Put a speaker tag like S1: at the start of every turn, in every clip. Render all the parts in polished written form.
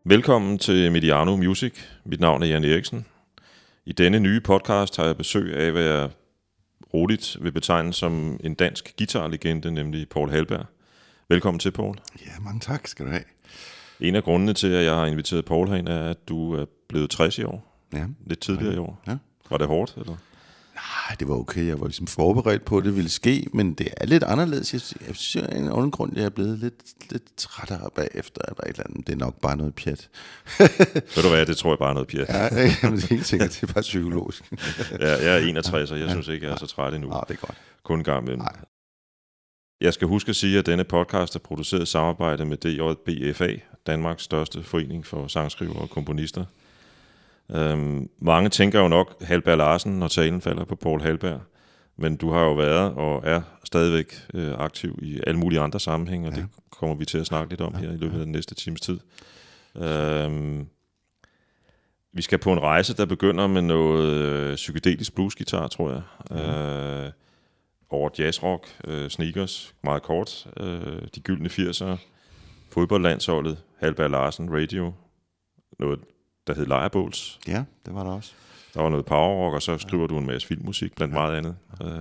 S1: Velkommen til Mediano Music. Mit navn er Jan Eriksen. I denne nye podcast har jeg besøg af, hvad jeg roligt vil betegne som en dansk guitarlegende, nemlig Paul Hallberg. Velkommen til, Paul.
S2: Ja, mange tak skal du have.
S1: En af grundene til, at jeg har inviteret Paul herind, er, at du er blevet 60 i år.
S2: Ja.
S1: Lidt tidligere i år.
S2: Ja.
S1: Var det hårdt, eller?
S2: Nej, det var okay. Jeg var ligesom forberedt på, at det ville ske, men det er lidt anderledes. Jeg synes, af en anden grund, jeg er blevet lidt trættere bagefter, eller et eller andet. Det er nok bare noget pjat.
S1: Ved du hvad, det tror jeg bare er noget pjat.
S2: Ja, jamen, det er helt sikkert. Det er bare psykologisk.
S1: Ja, jeg er 61, og jeg synes ikke, jeg er så træt endnu.
S2: Nej, det er godt.
S1: Kun en gang imellem. Jeg skal huske at sige, at denne podcast er produceret i samarbejde med DJBFA, Danmarks største forening for sangskrivere og komponister. Mange tænker jo nok Hallberg Larsen, når talen falder på Paul Hallberg, men du har jo været og er stadigvæk aktiv i alle mulige andre sammenhænge, og det kommer vi til at snakke lidt om her i løbet af den næste times tid. Vi skal på en rejse, der begynder med noget psykedelisk bluesgitar, tror jeg. Over jazzrock, sneakers, meget kort, de gyldne 80'ere, fodboldlandsholdet, Hallberg Larsen, radio, noget der hed Lejrebåls.
S2: Ja, det var der også.
S1: Der var noget powerrock, og så skriver du en masse filmmusik, blandt meget andet.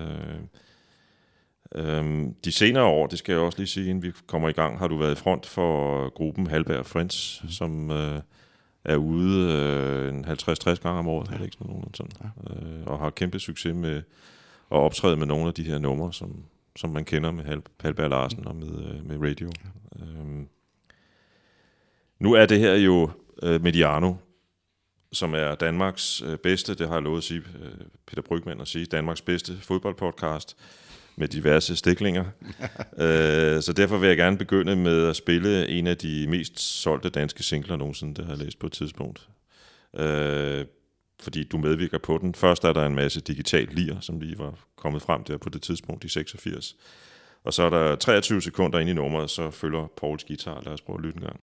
S1: De senere år, det skal jeg også lige sige, inden vi kommer i gang, har du været i front for gruppen Hallberg Friends, som er ude en 50-60 gange om året, ikke sådan, og har kæmpe succes med at optræde med nogle af de her numre, som man kender med Hallberg Larsen og med radio. Nu er det her jo Mediano, som er Danmarks bedste, det har jeg lovet at sige, Peter Brygmann at sige, Danmarks bedste fodboldpodcast med diverse stiklinger. Så derfor vil jeg gerne begynde med at spille en af de mest solgte danske singler nogensinde, det har jeg læst på et tidspunkt. Fordi du medvirker på den. Først er der en masse digital lir, som lige var kommet frem der på det tidspunkt i 86. Og så er der 23 sekunder inde i nummeret, så følger Pauls guitar. Lad os prøve at lytte en gang.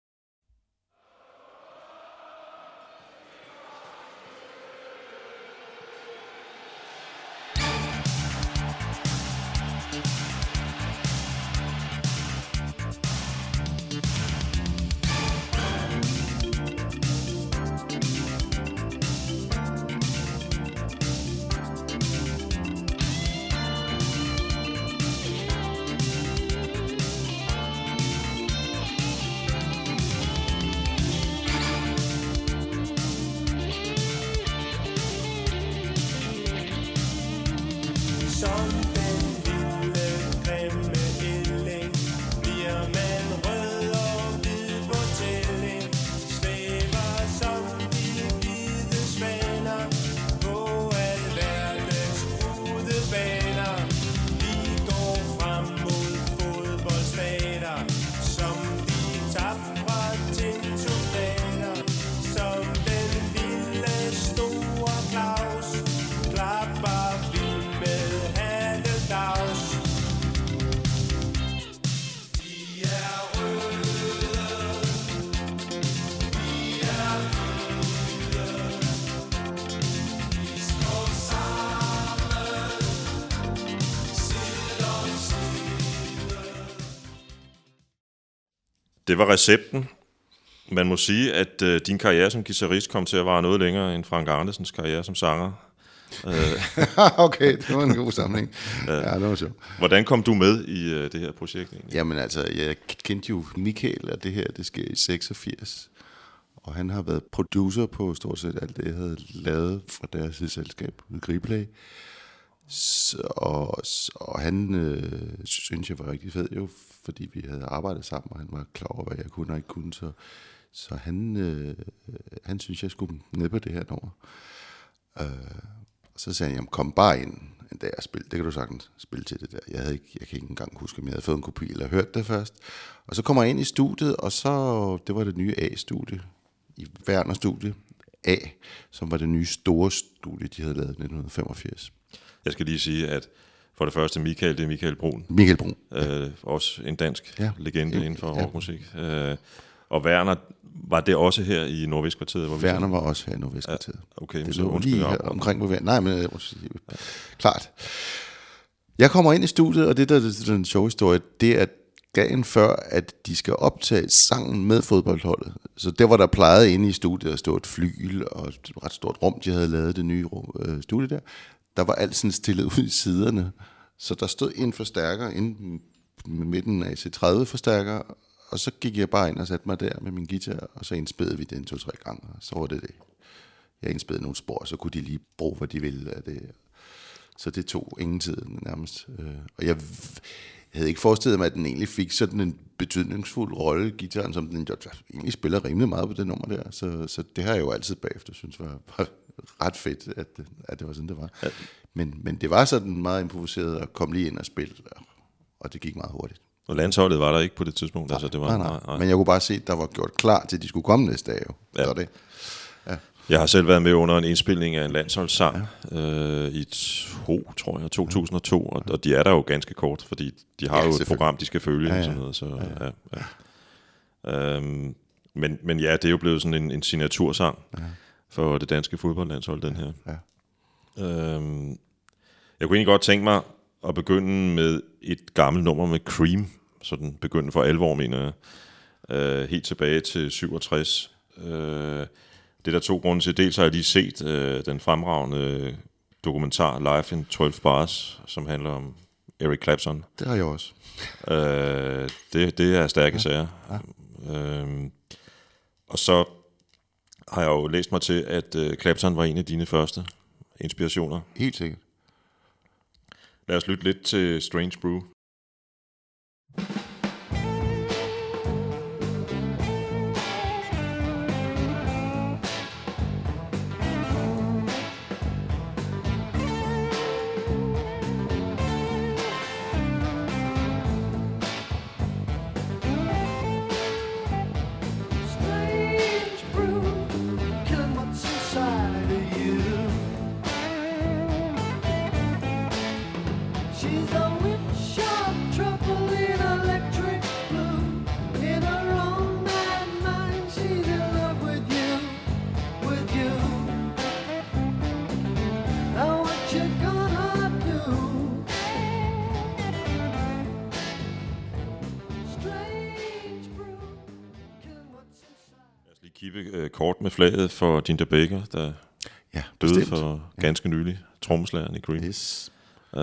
S1: Det var recepten. Man må sige, at din karriere som guitarist kom til at vare noget længere end Frank Arnesens karriere som sanger.
S2: Okay, det var en god sammenhæng. Ja, det var sjovt.
S1: Hvordan kom du med i det her projekt egentlig?
S2: Jamen altså, jeg kendte jo Michael, og det her, det sker i 86. Og han har været producer på stort set alt det, jeg havde lavet fra deres selskab, Griplay. Og han synes jeg var rigtig fed jo, fordi vi havde arbejdet sammen, og han var klar over, hvad jeg kunne og ikke kunne. Så han synes, jeg skulle ned på det her nummer. Og så sagde han, jamen kom bare ind en dag og spil. Det kan du sagtens spille til det der. Jeg kan ikke engang huske, om jeg havde fået en kopi eller hørt det først. Og så kommer jeg ind i studiet, og så, det var det nye A-studie, i Werner Studie A, som var det nye store studie, de havde lavet i 1985.
S1: Jeg skal lige sige, at for det første, det er Michael Bruhn.
S2: Michael Bruhn.
S1: Også en dansk legende inden for rockmusik. Og Werner, var det også her i Nordvestkvarteret?
S2: Werner var også her i Nordvestkvarteret.
S1: Okay,
S2: det
S1: så
S2: lå lige her omkring på Werner. Nej, men klart. Jeg kommer ind i studiet, og det der er den sjove historie, det er, at dagen før, at de skal optage sangen med fodboldholdet. Så der var der plejede inde i studiet at stå et flygel og et ret stort rum, de havde lavet det nye studie der var alt sådan stillet ud i siderne. Så der stod en forstærker inde med midten af AC30-forstærker, og så gik jeg bare ind og satte mig der med min guitar, og så indspillede vi den 2-3 gange, og så var det. Jeg indspillede nogle spor, så kunne de lige bruge, hvad de ville af det. Så det tog ingen tid nærmest. Og jeg havde ikke forestillet mig, at den egentlig fik sådan en betydningsfuld rolle, guitaren, som den egentlig spiller rimelig meget på det nummer der. Så det har jeg jo altid bagefter synes var ret fedt, at det var sådan, det var. Ja. Men det var sådan meget improviseret at komme lige ind og spille, og det gik meget hurtigt.
S1: Og landsholdet var der ikke på det tidspunkt?
S2: Nej,
S1: altså, det var,
S2: nej. Men jeg kunne bare se, at der var gjort klar til, at de skulle komme næste dag. Jo. Ja. Så det. Ja.
S1: Jeg har selv været med under en indspilning af en landsholdssang i 2002, og de er der jo ganske kort, fordi de har jo et program, de skal følge og sådan noget. Så, Men ja, det er jo blevet sådan en signatursang for det danske fodboldlandshold, den her. Ja. Jeg kunne egentlig godt tænke mig at begynde med et gammelt nummer med Cream, så den begyndte for alvor, mener jeg, helt tilbage til 67. Det er der to grunde til. Dels har jeg lige set den fremragende dokumentar Live in 12 Bars, som handler om Eric Clapton.
S2: Det har jeg også.
S1: Det er stærke sager. Ja. Og så har jeg jo læst mig til, at Clapton var en af dine første inspirationer.
S2: Helt sikkert.
S1: Lad os lytte lidt til Strange Brew. Kigge kort med flaget for Ginger Baker, der døde for ganske nylig, trommeslageren i Cream.
S2: Yes.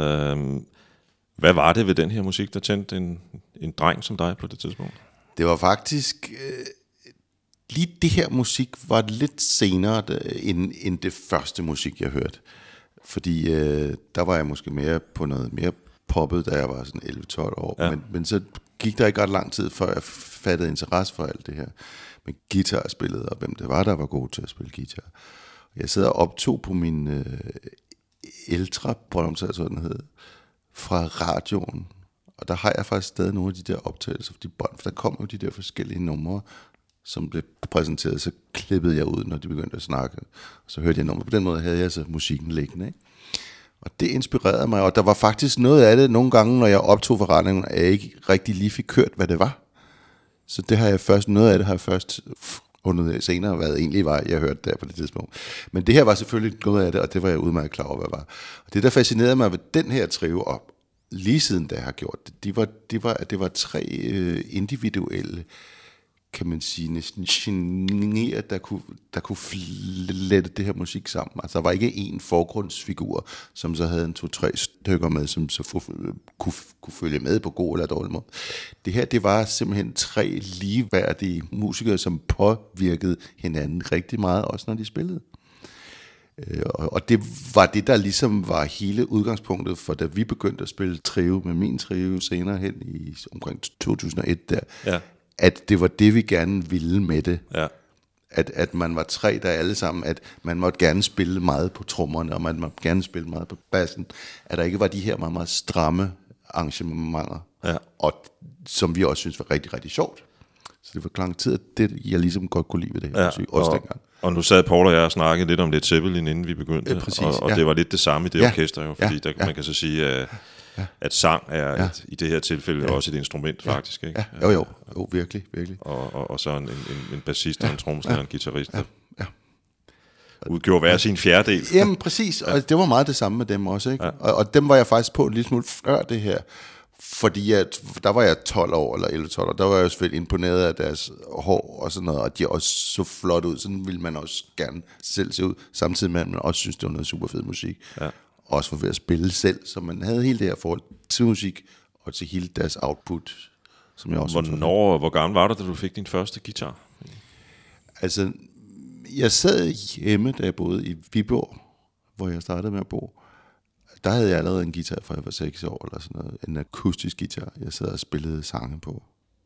S1: Hvad var det ved den her musik, der tændte en dreng som dig på det tidspunkt?
S2: Det var faktisk lige det her musik var lidt senere end det første musik, jeg hørte. Fordi der var jeg måske mere på noget mere poppet, da jeg var sådan 11-12 år. Ja. Men så gik der ikke ret lang tid, før jeg fattede interesse for alt det her med guitarspillet, og hvem det var, der var god til at spille guitar. Jeg sidder og optog på min ældre Brøndumsal, sådan den hed, fra radioen. Og der har jeg faktisk stadig nogle af de der optagelser for de bånd, for der kom jo de der forskellige numre, som blev præsenteret, så klippede jeg ud, når de begyndte at snakke. Så hørte jeg nummer. På den måde havde jeg så musikken liggende, ikke? Og det inspirerede mig, og der var faktisk noget af det nogle gange, når jeg optog for radioen, at jeg ikke rigtig lige fik hørt, hvad det var. Så det har jeg først, noget af det har jeg først fundet senere, hvad det egentlig var, jeg hørte der på det tidspunkt. Men det her var selvfølgelig noget af det, og det var jeg udmærket klar over, hvad det var. Og det, der fascinerede mig ved den her trio, og lige siden da jeg har gjort det var tre individuelle, kan man sige, næsten generet, der kunne flette det her musik sammen. Altså, der var ikke én forgrundsfigur, som så havde 2-3 stykker med, som så kunne følge med på god eller dårlig måde. Det her, det var simpelthen 3 ligeværdige musikere, som påvirkede hinanden rigtig meget, også når de spillede. Og det var det, der ligesom var hele udgangspunktet for, da vi begyndte at spille trio med min trio senere hen i omkring 2001 der. Ja. At det var det, vi gerne ville med det. Ja. At man var 3 der alle sammen, at man måtte gerne spille meget på trommerne, og man måtte gerne spille meget på bassen. At der ikke var de her meget, meget stramme arrangementer, og som vi også synes var rigtig, rigtig sjovt. Så det var klang tid, at det, jeg ligesom godt kunne lide ved det her musik, også dengang.
S1: Og nu sad Paul og jeg og snakkede lidt om Led Zeppelin, inden vi begyndte, præcis, og det var lidt det samme i det orkester, jo, fordi man kan så sige, at sang er i det her tilfælde også et instrument, faktisk. Ikke?
S2: Jo, virkelig.
S1: Og så en bassist og en trommeslager og en guitarist, der udgjorde hver sin fjerdedel.
S2: Jamen præcis, og det var meget det samme med dem også. Ikke? Ja. Og dem var jeg faktisk på en lille smule før det her, Fordi der var jeg 12 år, eller 11-12 år, der var jeg selvfølgelig imponeret af deres hår og sådan noget, og de også så flot ud. Sådan ville man også gerne selv se ud, samtidig med, at man også synes, det var noget super fed musik.
S1: Ja.
S2: Også for ved at spille selv, så man havde hele det her forhold til musik, og til hele deres output, som jeg også
S1: Hvor gammel var du, da du fik din første guitar?
S2: Altså, jeg sad hjemme, da jeg boede i Viborg, hvor jeg startede med at bo. Der havde jeg allerede en guitar, fra jeg var 6 år, eller sådan noget. En akustisk guitar, jeg sad og spillede sange på.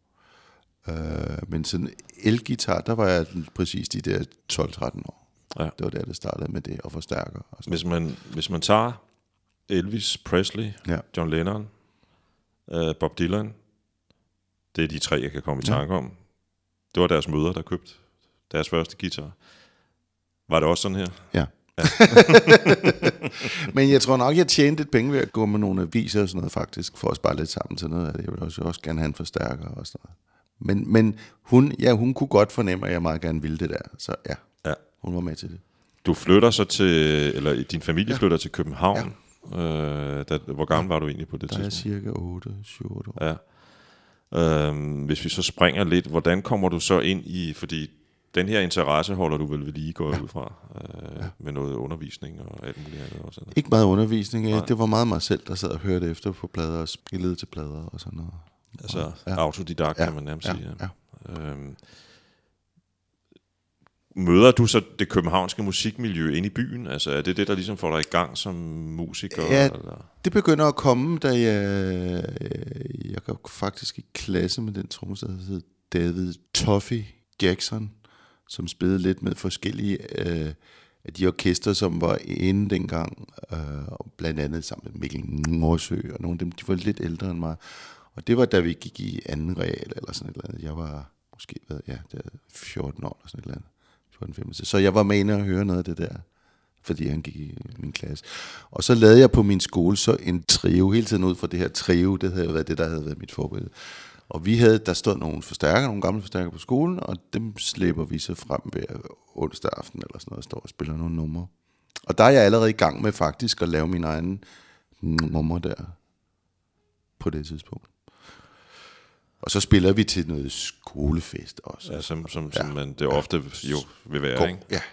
S2: Men sådan en elgitar, der var jeg præcis de der 12-13 år.
S1: Ja.
S2: Det var der, det startede med det, og forstærker. Og
S1: Hvis man tager Elvis Presley, John Lennon, Bob Dylan, det er de 3, jeg kan komme i tanke om. Det var deres mødre, der købte deres første guitar. Var det også sådan her?
S2: Ja. Men jeg tror nok, jeg tjente et penge ved at gå med nogle aviser og sådan noget, faktisk, for at spare lidt sammen til noget af det. Jeg ville også gerne have en forstærker og sådan noget. Men hun kunne godt fornemme, at jeg meget gerne ville det der. Så ja, hun var med til det.
S1: Du flytter så til, eller din familie flytter til København. Ja. Hvor gammel var du egentlig på det tidspunkt?
S2: Der er cirka 8-7 år.
S1: Ja. Hvis vi så springer lidt, hvordan kommer du så ind i, fordi den her interesse holder du vel ved lige går ud fra, med noget undervisning og alt muligt andet? Og sådan.
S2: Ikke meget undervisning, det var meget mig selv, der sad og hørte efter på plader og spillede til plader og sådan noget.
S1: Altså autodidakt, kan man nærmest sige.
S2: Ja.
S1: Møder du så det københavnske musikmiljø inde i byen? Altså er det det, der ligesom får dig i gang som musiker?
S2: Ja,
S1: eller?
S2: Det begynder at komme, da jeg går faktisk i klasse med den trommeslager, der hed David Toffee Jackson, som spillede lidt med forskellige af de orkester, som var inde dengang, blandt andet sammen med Mikkel Nordsø, og nogle af dem, de var lidt ældre end mig. Og det var, da vi gik i anden real, eller sådan et eller andet. Jeg var måske, 14 år, eller sådan et eller andet. 14-15. Så jeg var med inde og høre noget af det der, fordi han gik i min klasse. Og så lavede jeg på min skole så en trio, hele tiden ud fra det her trio, det havde været det, der havde været mit forbillede. Og der stod nogle gamle forstærkere på skolen, og dem slæber vi så frem hver onsdag aften, eller sådan noget, og står og spiller nogle numre. Og der er jeg allerede i gang med faktisk at lave mine egne numre der, på det tidspunkt. Og så spiller vi til noget skolefest også.
S1: Ja, som man det ofte jo vil være, ikke?
S2: Ja.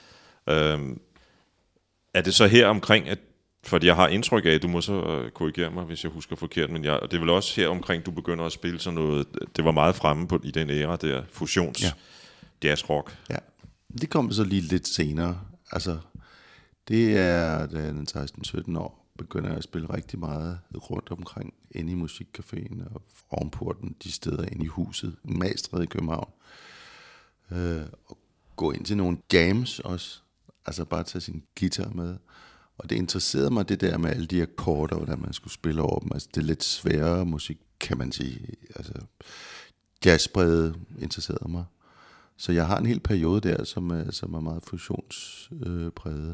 S1: Er det så her omkring, fordi jeg har indtryk af, at du må så korrigere mig, hvis jeg husker forkert, men det er vel også her omkring, du begynder at spille sådan noget, det var meget fremme i den æra der, fusions jazzrock.
S2: Ja, det kom så lige lidt senere. Altså, det er, da jeg er 16-17 år, begynder jeg at spille rigtig meget rundt omkring, inde i musikcaféen og ovenporten, de steder inde i huset, Magstræde i København. Og gå ind til nogle jams også, altså bare tage sin guitar med. Og det interesserede mig, det der med alle de akkorder, hvordan man skulle spille over dem. Altså det er lidt sværere musik, kan man sige. Altså jazzbrede interesserede mig. Så jeg har en hel periode der, som er meget fusionspræget.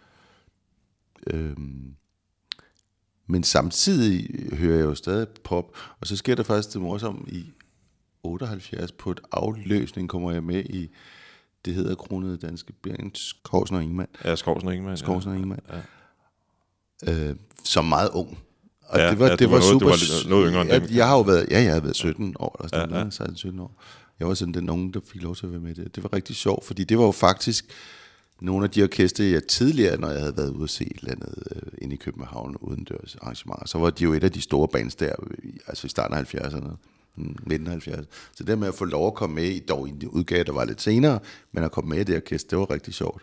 S2: Men samtidig hører jeg jo stadig pop. Og så sker der faktisk det morsomt i 78 på et afløsning, kommer jeg med i, det hedder Kronede Danske Bjerg, Skovsen og Ingemann.
S1: Ja, Skovsen og Ingemann.
S2: Ja. Som meget ung. Og
S1: ja,
S2: det var super.
S1: Du var noget yngre end dem.
S2: Jeg har jo været, jeg har været 17 år, eller sådan 16-17 år. Jeg var sådan den unge, der fik lov til at være med det. Det var rigtig sjovt, fordi det var jo faktisk nogle af de orkester, jeg tidligere, når jeg havde været ude at se et eller andet inde i København udendørs arrangementer, så var de jo et af de store bands der, altså i starten af 70'erne. 1970. Så det med at få lov at komme med i dog i en udgave, der var lidt senere, men at komme med i det orkester, det var rigtig sjovt.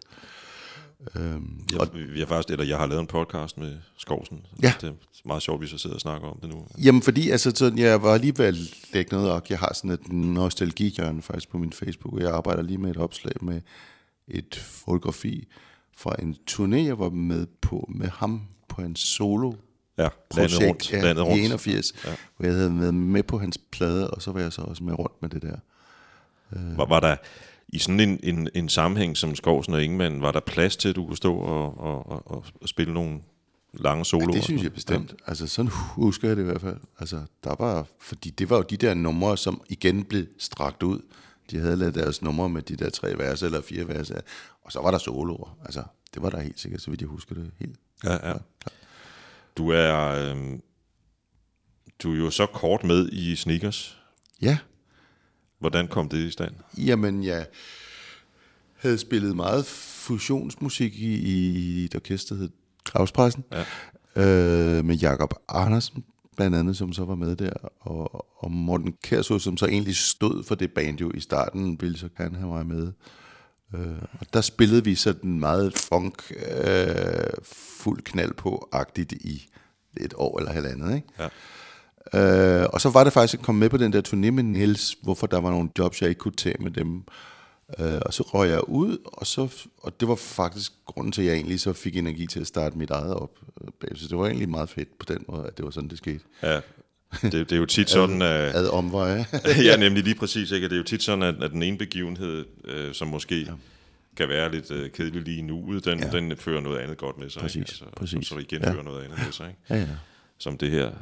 S1: Jeg har lavet en podcast med Skovsen.
S2: Ja.
S1: Det er meget sjovt, hvis jeg sidder og snakker om det nu.
S2: Jamen fordi, jeg var lige ved at lægge noget op. Jeg har sådan et nostalgihjørne faktisk på min Facebook, og jeg arbejder lige med et opslag med et fotografi fra en turné, jeg var med på med ham på en solo projekt
S1: landet rundt.
S2: I 81, hvor jeg havde været med på hans plade, og så var jeg så også med rundt med det der.
S1: Var der i sådan en sammenhæng som Skovsen og Ingemann, var der plads til, at du kunne stå og spille nogle lange soloer?
S2: Ja, det synes jeg bestemt. Altså sådan husker jeg det i hvert fald. Altså fordi det var jo de der numre, som igen blev strakt ud. De havde lavet deres numre med de der 3 vers eller 4 vers, og så var der soloer. Altså det var der helt sikkert, så vidt jeg husker det helt.
S1: Ja. Du er jo så kort med i Sneakers.
S2: Ja.
S1: Hvordan kom det i stand?
S2: Jamen, jeg havde spillet meget fusionsmusik i et orkester, der hed Gravspressen, med Jakob Andersen, blandt andet, som så var med der, og Morten Kærså, som så egentlig stod for det band jo i starten, ville så gerne have mig med. Og der spillede vi sådan meget funk, fuld knald på-agtigt i et år eller halvandet, ikke? Ja. Og så var det faktisk at komme med på den der turné med Niels, hvorfor der var nogle jobs, jeg ikke kunne tage med dem. Og så røg jeg ud, og det var faktisk grunden til, at jeg egentlig så fik energi til at starte mit eget op. Så det var egentlig meget fedt på den måde, at det var sådan, det skete.
S1: Ja, det er jo tit sådan...
S2: ad omveje.
S1: Ja, nemlig lige præcis. Ikke? Det er jo tit sådan, at den ene begivenhed, som måske kan være lidt kedelig lige nu, den fører noget andet godt med sig.
S2: Præcis,
S1: ikke? Altså,
S2: præcis.
S1: Så det igen fører noget andet med sig. Ikke?
S2: Ja.
S1: Som det her.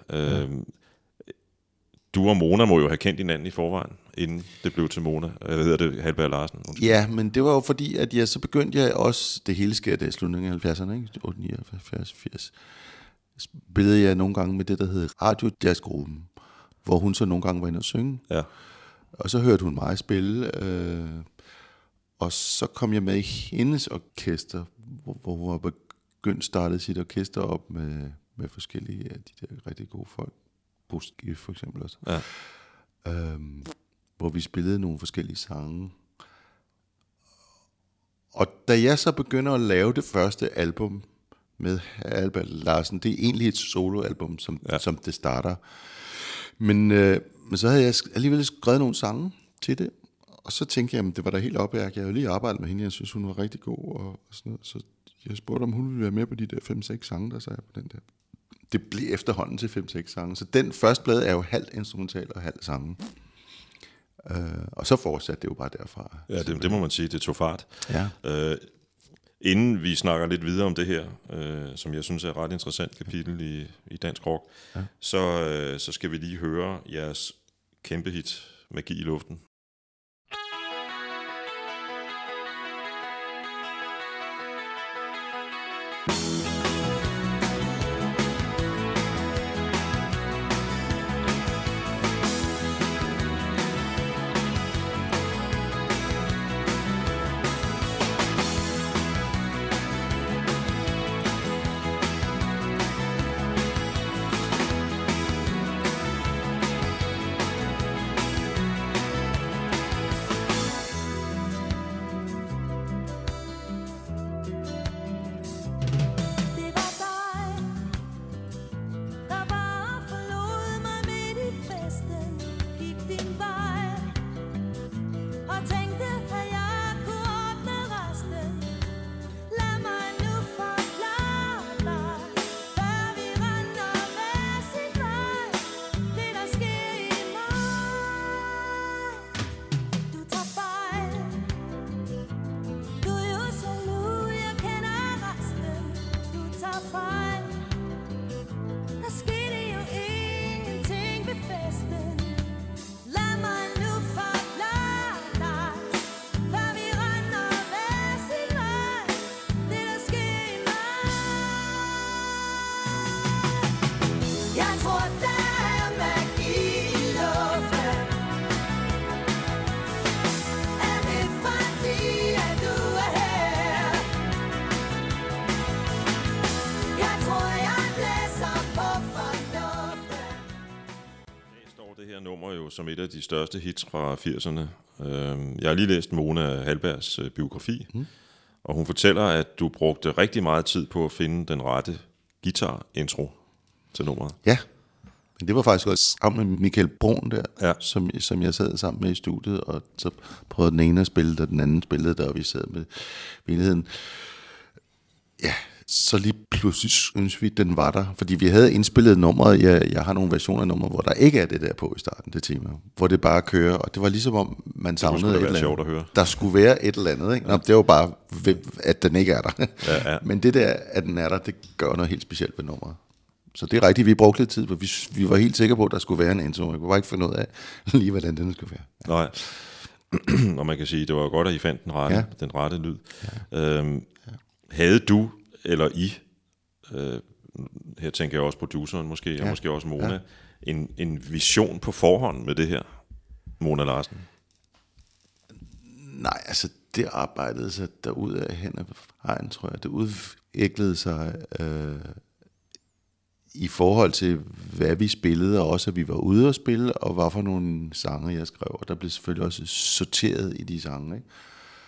S1: Du og Mona må jo have kendt hinanden i forvejen, inden det blev til Mona. Hvad hedder det? Hallberg Larsen?
S2: Ja, men det var jo fordi, at så begyndte jeg også, det hele sker der i slutningen af 70'erne, ikke? 79, 80. Spillede jeg nogle gange med det, der hed Radio Jazzgruppen, hvor hun så nogle gange var inde og synge.
S1: Ja.
S2: Og så hørte hun mig spille, og så kom jeg med i hendes orkester, hvor hun var begyndt startet sit orkester op med forskellige af de der rigtig gode folk. Boski for eksempel også. Ja. Hvor vi spillede nogle forskellige sange. Og da jeg så begynder at lave det første album med Hallberg Larsen, det er egentlig et soloalbum, som det starter. Men så havde jeg alligevel skrevet nogle sange til det, og så tænkte jeg, at det var da helt opværk. Jeg havde lige arbejdet med hende, jeg synes, hun var rigtig god, og sådan noget. Så jeg spurgte, om hun ville være med på de der 5-6 sange, der så er på den der. Det blev efterhånden til 5-6 sange. Så den første plade er jo halvt instrumental og halvt sange. Og så fortsatte det jo bare derfra.
S1: Ja, det må man sige, det tog fart.
S2: Ja.
S1: Inden vi snakker lidt videre om det her, som jeg synes er et ret interessant kapitel i dansk rock, så skal vi lige høre jeres kæmpe hit, Magi i luften. Som et af de største hits fra 80'erne. Jeg har lige læst Mona Hallbergs biografi, og hun fortæller, at du brugte rigtig meget tid på at finde den rette guitar-intro til nummeret.
S2: Ja, men det var faktisk også sammen med Michael Brun der, som jeg sad sammen med i studiet, og så prøvede den ene at spille, og den anden spillede der, og vi sad med virkeligheden. Ja, så lige pludselig synes vi, den var der. Fordi vi havde indspillet nummeret. Jeg har nogle versioner af nummeret, hvor der ikke er det der på i starten, det tema. Hvor det bare kører. Og det var ligesom om, man savnede et eller andet.
S1: Sjovt at høre.
S2: Der skulle være et eller andet. Ikke? Nå, det var bare, at den ikke er der.
S1: Ja.
S2: Men det der, at den er der, det gør noget helt specielt ved nummeret. Så det er rigtigt, vi brugte lidt tid på. Vi var helt sikre på, at der skulle være en intro. Jeg kunne bare ikke finde ud af lige, hvordan den skulle være.
S1: Nej. Og man kan sige, det var godt, at I fandt den rette lyd. Ja. Havde du eller I, her tænker jeg også produceren måske, og måske også Mona, en vision på forhånd med det her, Mona Larsen?
S2: Nej, altså det arbejdede sig derudad hen ad vejen, tror jeg. Det udviklede sig i forhold til, hvad vi spillede, og også at vi var ude at spille, og hvad for nogle sange, jeg skrev. Og der blev selvfølgelig også sorteret i de sange, ikke?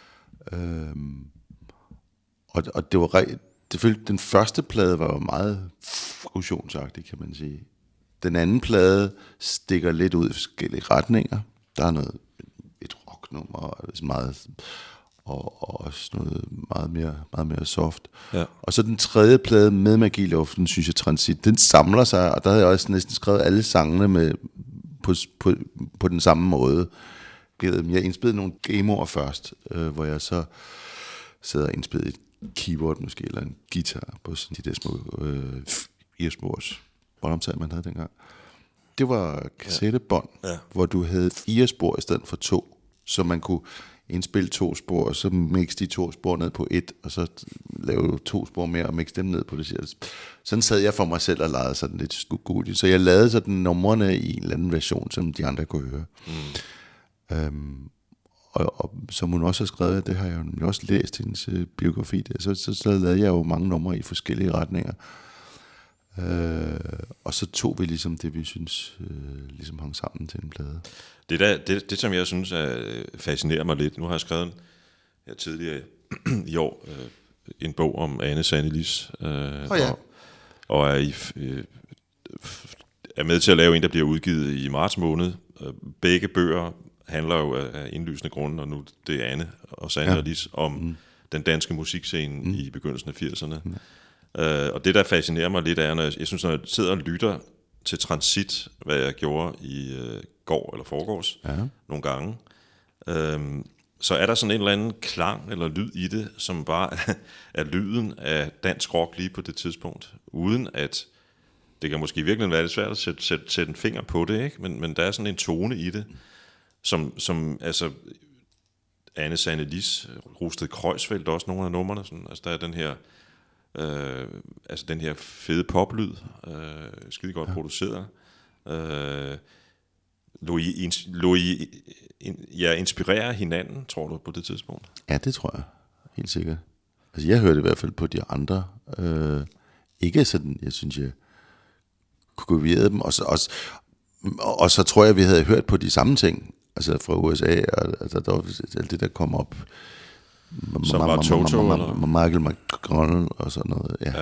S2: Og det var selvfølgelig, den første plade var jo meget fusionsagtig, kan man sige. Den anden plade stikker lidt ud i forskellige retninger. Der er et rocknummer, meget, og også noget meget mere soft. Ja. Og så den tredje plade med Magi i luften, synes jeg, Transit, den samler sig, og der havde jeg også næsten skrevet alle sangene på den samme måde. Jeg indspillede nogle demoer først, hvor jeg så sidder og indspillede et keyboard måske, eller en guitar på sådan de der små 4-spors båndoptager, man havde dengang. Det var kassettebånd, hvor du havde 4 spor i stedet for 2, så man kunne indspille 2 spor, og så mixe de 2 spor ned på 1, og så lave 2 spor mere, og mixe dem ned på det. Sådan sad jeg for mig selv og lavede sådan lidt skudt. Så jeg lavede sådan numrene i en eller anden version, som de andre kunne høre. Og som hun også har skrevet, det har jeg jo også læst i hendes biografi, der, så lavede jeg jo mange numre i forskellige retninger. Og så tog vi ligesom det, vi synes ligesom hang sammen til en plade.
S1: Det som jeg synes fascinerer mig lidt, nu har jeg skrevet tidligere i år en bog om Anne Sanne Lis, og er med til at lave en, der bliver udgivet i marts måned. Begge bøger handler jo af indlysende grunde, og nu det er Anne og Sanne og Lis, om den danske musikscene i begyndelsen af 80'erne. Og det, der fascinerer mig lidt, er, når jeg synes, når jeg sidder og lytter til Transit, hvad jeg gjorde i går eller forgårs nogle gange, så er der sådan en eller anden klang eller lyd i det, som bare er lyden af dansk rock lige på det tidspunkt, uden at det kan måske virkelig være lidt svært at sætte en finger på det, ikke? Men der er sådan en tone i det, som altså Anne Sanne Lis, Rusted Kreuzfeldt, også nogle af numrene, sådan, altså der er den her altså den her fede poplyd, skide godt produceret. Louis inspirerer hinanden, tror du, på det tidspunkt? Ja, det tror jeg, helt sikkert.
S2: Altså jeg hørte i hvert fald på de andre, ikke sådan, jeg synes jeg kopierede dem, og så tror jeg, vi havde hørt på de samme ting, altså fra USA, og altså der var alt det, der kom op,
S1: som var Toto eller
S2: Michael McDonald og sådan noget, ja.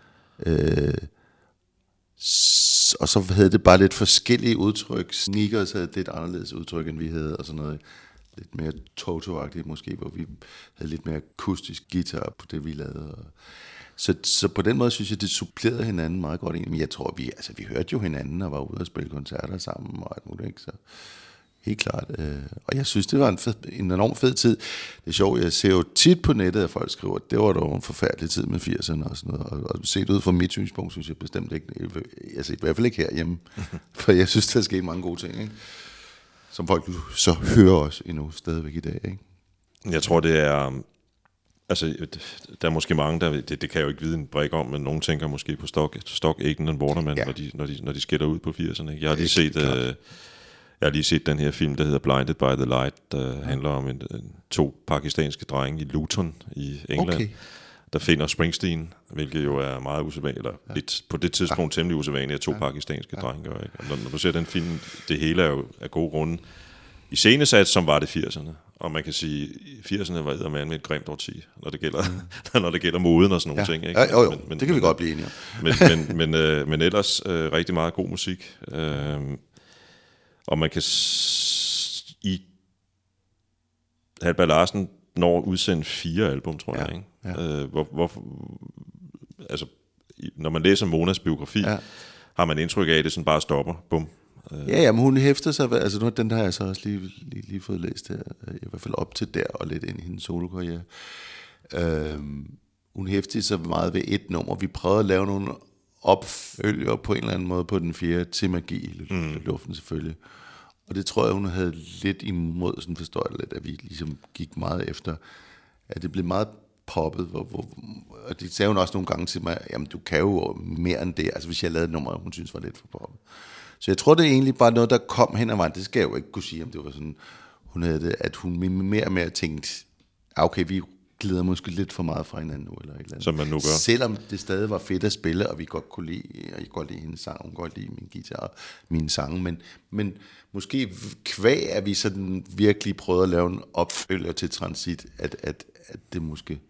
S2: Og så havde det bare lidt forskellige udtryk. Sneakers havde lidt anderledes udtryk, end vi havde, og sådan noget lidt mere Toto-agtigt måske, hvor vi havde lidt mere akustisk guitar på det, vi lavede. Så på den måde synes jeg, det supplerede hinanden meget godt. Men jeg tror, vi hørte jo hinanden og var ude og spille koncerter sammen og alt muligt, ikke? Så helt klart. Og jeg synes, det var en enormt fed tid. Det er sjovt, jeg ser jo tit på nettet, at folk skriver, at det var dog en forfærdelig tid med 80'erne og sådan noget. Og set ud fra mit synspunkt, synes jeg bestemt ikke, altså i hvert fald ikke herhjemme. For jeg synes, der er sket mange gode ting, ikke? Som folk så hører også endnu stadigvæk i dag, ikke?
S1: Jeg tror, det er... Altså, der er måske mange, der... Det kan jeg jo ikke vide en brik om, men nogen tænker måske på Stock Aitken og Waterman, når de skætter ud på 80'erne. Jeg har lige set... Jeg har lige set den her film, der hedder Blinded by the Light, der handler om 2 pakistanske drenge i Luton i England, der finder Springsteen, hvilket jo er meget usædvanligt, eller lidt på det tidspunkt temmelig usædvanligt, at 2 pakistanske drenge gør. Ikke? Og når du ser den film, det hele er jo af gode grunde iscenesat, som var det 80'erne. Og man kan sige, at 80'erne var eddermand med et grimt årti, når det gælder moden og sådan nogle ting. Ikke?
S2: Jo, det kan vi godt blive enige
S1: om. Men ellers rigtig meget god musik. Og man kan i Halldberg Larsen når udsende 4 album, tror jeg, ikke? Ja. Altså, når man læser Monas biografi, har man indtryk af, at det sådan bare stopper. Bum.
S2: Ja, men hun hæfter sig, altså nu, den har jeg så også lige fået læst her, i hvert fald op til der, og lidt ind i hendes solokarriere. Hun hæftede sig meget ved et nummer. Vi prøvede at lave nogle opfølger på en eller anden måde på den 4. til Magi i luften selvfølgelig. Og det tror jeg, hun havde lidt imod, sådan forstår jeg lidt, at vi ligesom gik meget efter, at det blev meget poppet, og det sagde hun også nogle gange til mig, jamen du kan jo mere end det, altså hvis jeg lavede et nummer, hun synes var lidt for poppet, Så jeg tror, det er egentlig bare noget, der kom hen ad vejen. Det skal jeg jo ikke kunne sige, om det var sådan, hun havde det, at hun mere og mere tænkte, okay, vi glider måske lidt for meget fra hinanden nu, eller et eller andet.
S1: Som man nu gør.
S2: Selvom det stadig var fedt at spille, og vi godt kunne lide, og jeg godt lide hendes sang, hun godt lide min guitar og mine sange, men måske kvæg, at vi sådan virkelig prøvede at lave en opfølger til Transit, at det måske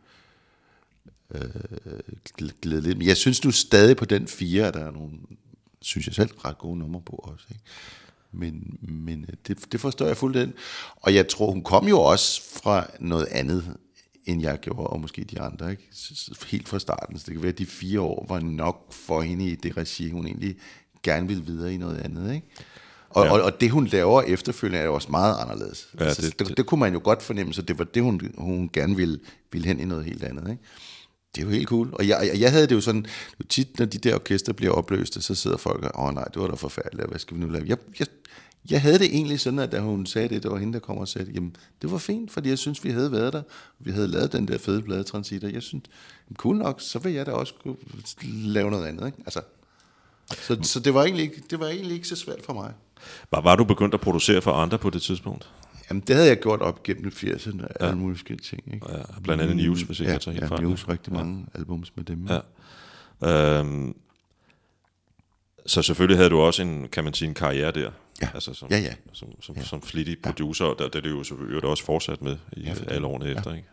S2: gled lidt. Men jeg synes nu stadig på den 4, at der er nogle, synes jeg selv, ret gode numre på også, ikke? Men det forstår jeg fuldt ind. Og jeg tror, hun kom jo også fra noget andet, end jeg gjorde, og måske de andre, ikke? Helt fra starten. Så det kan være, at de 4 år var nok for hende i det regi, hun egentlig gerne ville videre i noget andet, ikke? Og det, hun laver efterfølgende, er jo også meget anderledes. Ja, altså, det kunne man jo godt fornemme, så det var det, hun gerne ville hen i noget helt andet, ikke? Det er jo helt cool. Og jeg havde det jo sådan, tit når de der orkester bliver opløste, så sidder folk og, nej, det var da forfærdeligt, hvad skal vi nu lave? Jeg havde det egentlig sådan, at da hun sagde det var hende, der kom og sagde, jamen, det var fint, fordi jeg synes, vi havde været der, vi havde lavet den der fede Bladetransit, og jeg synes, cool nok, så vil jeg da også kunne lave noget andet, ikke? Altså, så det var egentlig ikke så svært for mig.
S1: Var du begyndt at producere for andre på det tidspunkt?
S2: Jamen, det havde jeg gjort op gennem 80'erne, alle mulige forskellige ting, ikke?
S1: Ja, blandt andet News, hvis ikke jeg tager helt fejl.
S2: Ja, News, rigtig mange albums med dem.
S1: Ja. Så selvfølgelig havde du også en, kan man sige, en karriere der.
S2: Ja.
S1: Altså som flittig producer, og det er det jo selvfølgelig også fortsat med i alle årene efter, ikke?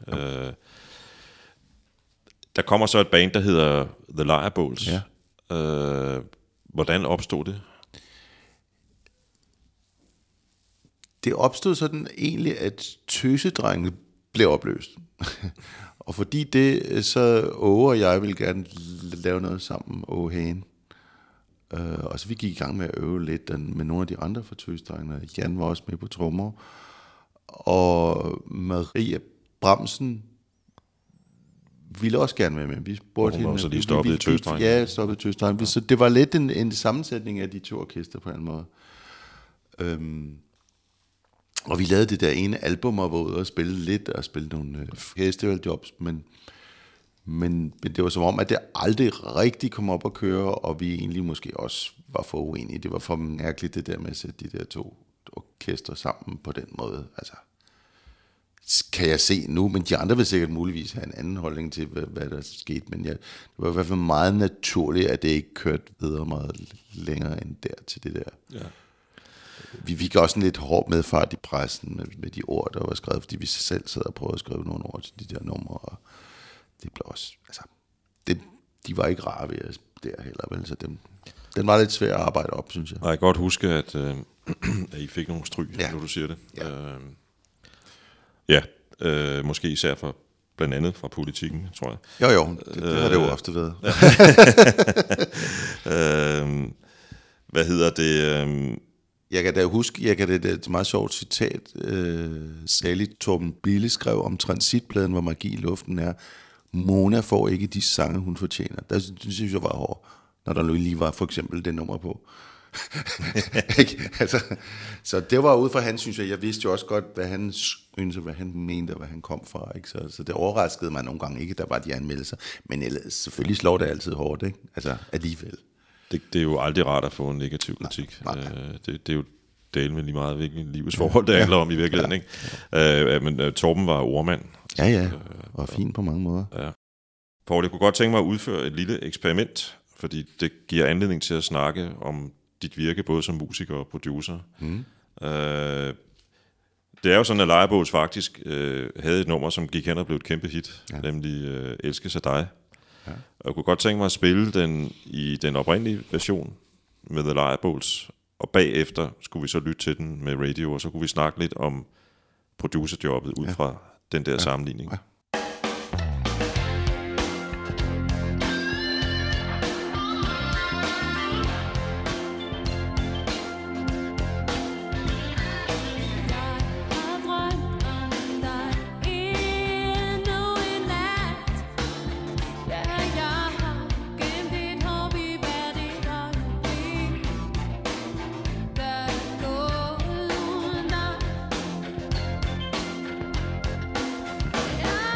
S1: Der kommer så et band, der hedder The Lejrbåls.
S2: Ja.
S1: Hvordan opstod det?
S2: Det opstod sådan egentlig, at Tøsedrengene blev opløst. Og fordi det, så Åge og jeg ville gerne lave noget sammen, Åge Hagen. Og så vi gik i gang med at øve lidt med nogle af de andre fra Tøsedrengene. Jan var også med på trommer. Og Maria Bramsen ville også gerne være med. Vi spurgte hende.
S1: Så lige stoppede i Tøsedrengene.
S2: Ja, stoppede i Tøsedrengene. Så det var lidt en sammensætning af de 2 orkester på en måde. Og vi lavede det der ene album, og var ude og spille lidt, og spille nogle festivaljobs, men det var som om, at det aldrig rigtig kom op at køre, og vi egentlig måske også var for uenige. Det var for mærkeligt det der med at sætte de der 2 orkester sammen på den måde. Altså, kan jeg se nu, men de andre vil sikkert muligvis have en anden holdning til, hvad der skete, men det var i hvert fald meget naturligt, at det ikke kørte videre meget længere end der til det der. Ja. Vi fik også en lidt hård medfart i pressen med de ord, der var skrevet, fordi vi selv sad og prøvede at skrive nogle ord til de der numre, og det blev også, altså, de var ikke rare ved os der heller, vel, så den var lidt svær at arbejde op, synes jeg.
S1: Og jeg kan godt huske, at I fik nogle stryg, når du siger det. Ja. Måske især for blandt andet fra politikken, tror jeg.
S2: Jo, det har det jo ofte været.
S1: Hvad hedder det?
S2: Jeg kan da huske, det er et meget sjovt citat, Sally Torben Bille skrev om Transitpladen, hvor magi i luften er, Mona får ikke de sange, hun fortjener. Det synes jeg var hårdt, når der lige var for eksempel det nummer på. Altså, så det var ud fra han, synes jeg vidste jo også godt, hvad han syntes, hvad han mente, og hvad han kom fra. Ikke? Så det overraskede mig nogle gange ikke, der var de anmeldelser. Men selvfølgelig slår det altid hårdt, ikke? Altså alligevel.
S1: Det er jo aldrig rart at få en negativ kritik. Nej. Det er jo dele med lige meget, hvilken livsforhold det handler om i virkeligheden. Ikke? Men Torben var ordmand.
S2: Ja, og fin på mange måder.
S1: Ja. Poul, jeg kunne godt tænke mig at udføre et lille eksperiment, fordi det giver anledning til at snakke om dit virke, både som musiker og producer. Det er jo sådan, at Lejrbåls faktisk havde et nummer, som gik hen og blev et kæmpe hit, nemlig Elskes af dig. Ja. Og jeg kunne godt tænke mig at spille den i den oprindelige version med The Lejrbåls, og bagefter skulle vi så lytte til den med radio, og så kunne vi snakke lidt om producerjobbet ud fra den der sammenligning. Ja.
S3: Yeah.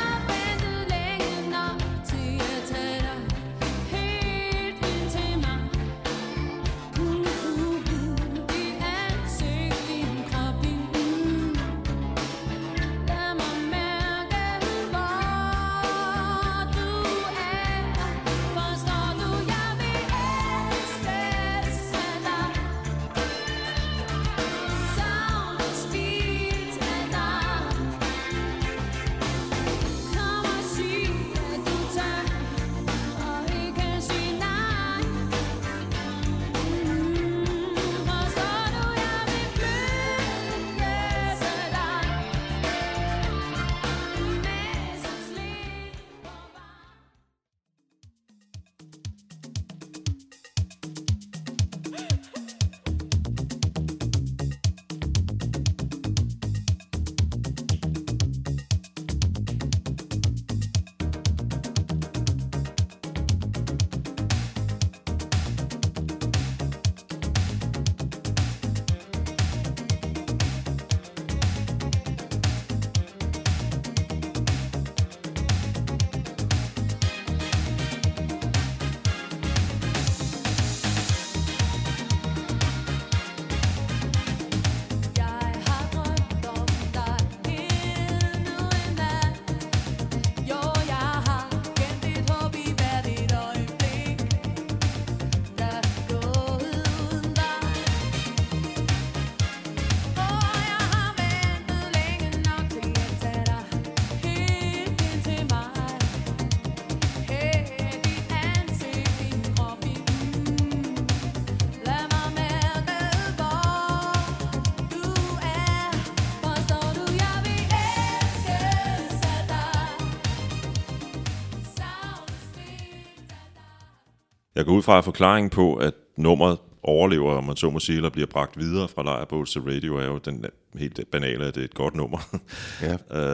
S1: Jeg går ud fra forklaringen på, at nummeret overlever, om man så må sige, eller bliver bragt videre fra Lejrbåls til radio, er jo den helt banale, at det er et godt nummer.
S2: Ja,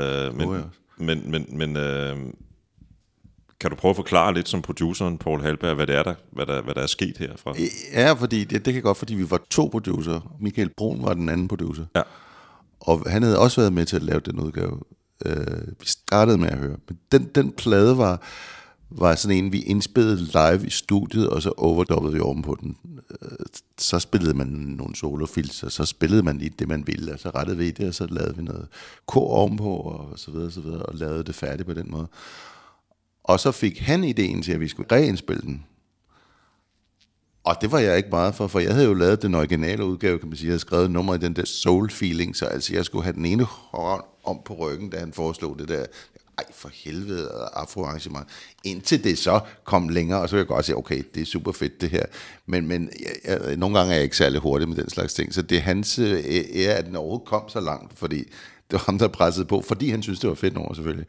S1: men kan du prøve at forklare lidt som produceren, Paul Hallberg, hvad der er sket herfra?
S2: Ja, fordi det kan godt, fordi vi var 2 producer. Michael Brun var den anden producer.
S1: Ja.
S2: Og han havde også været med til at lave den udgave. Vi startede med at høre. Men den plade var sådan en, vi indspillede live i studiet, og så overdubbede vi ovenpå den. Så spillede man nogle solofils, og så spillede man lige det, man ville, og så rettede vi det, og så lavede vi noget kor ovenpå, og så videre, og lavede det færdigt på den måde. Og så fik han ideen til, at vi skulle reindspille den. Og det var jeg ikke meget for jeg havde jo lavet den originale udgave, kan man sige. Jeg havde skrevet nummer i den der soul feeling, så altså jeg skulle have den ene hånd om på ryggen, da han foreslog det der. Ej, for helvede, afroarrangement. Indtil det så kom længere, og så kan jeg godt sige, okay, det er super fedt det her. Men nogle gange er jeg ikke særlig hurtig med den slags ting, så det er hans ære, at den overhovedet kom så langt, fordi det var ham, der pressede på, fordi han synes det var fedt nummer selvfølgelig.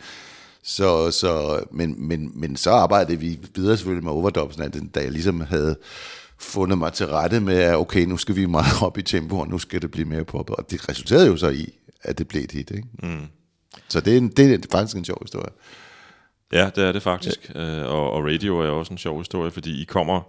S2: Men så arbejdede vi videre selvfølgelig med overdubsen, da jeg ligesom havde fundet mig til rette med, at okay, nu skal vi meget op i tempo, og nu skal det blive mere poppet. Og det resulterede jo så i, at det blev et hit, ikke? Mm. Så det er faktisk en sjov historie.
S1: Ja, det er det faktisk. Og radio er også en sjov historie, fordi I kommer...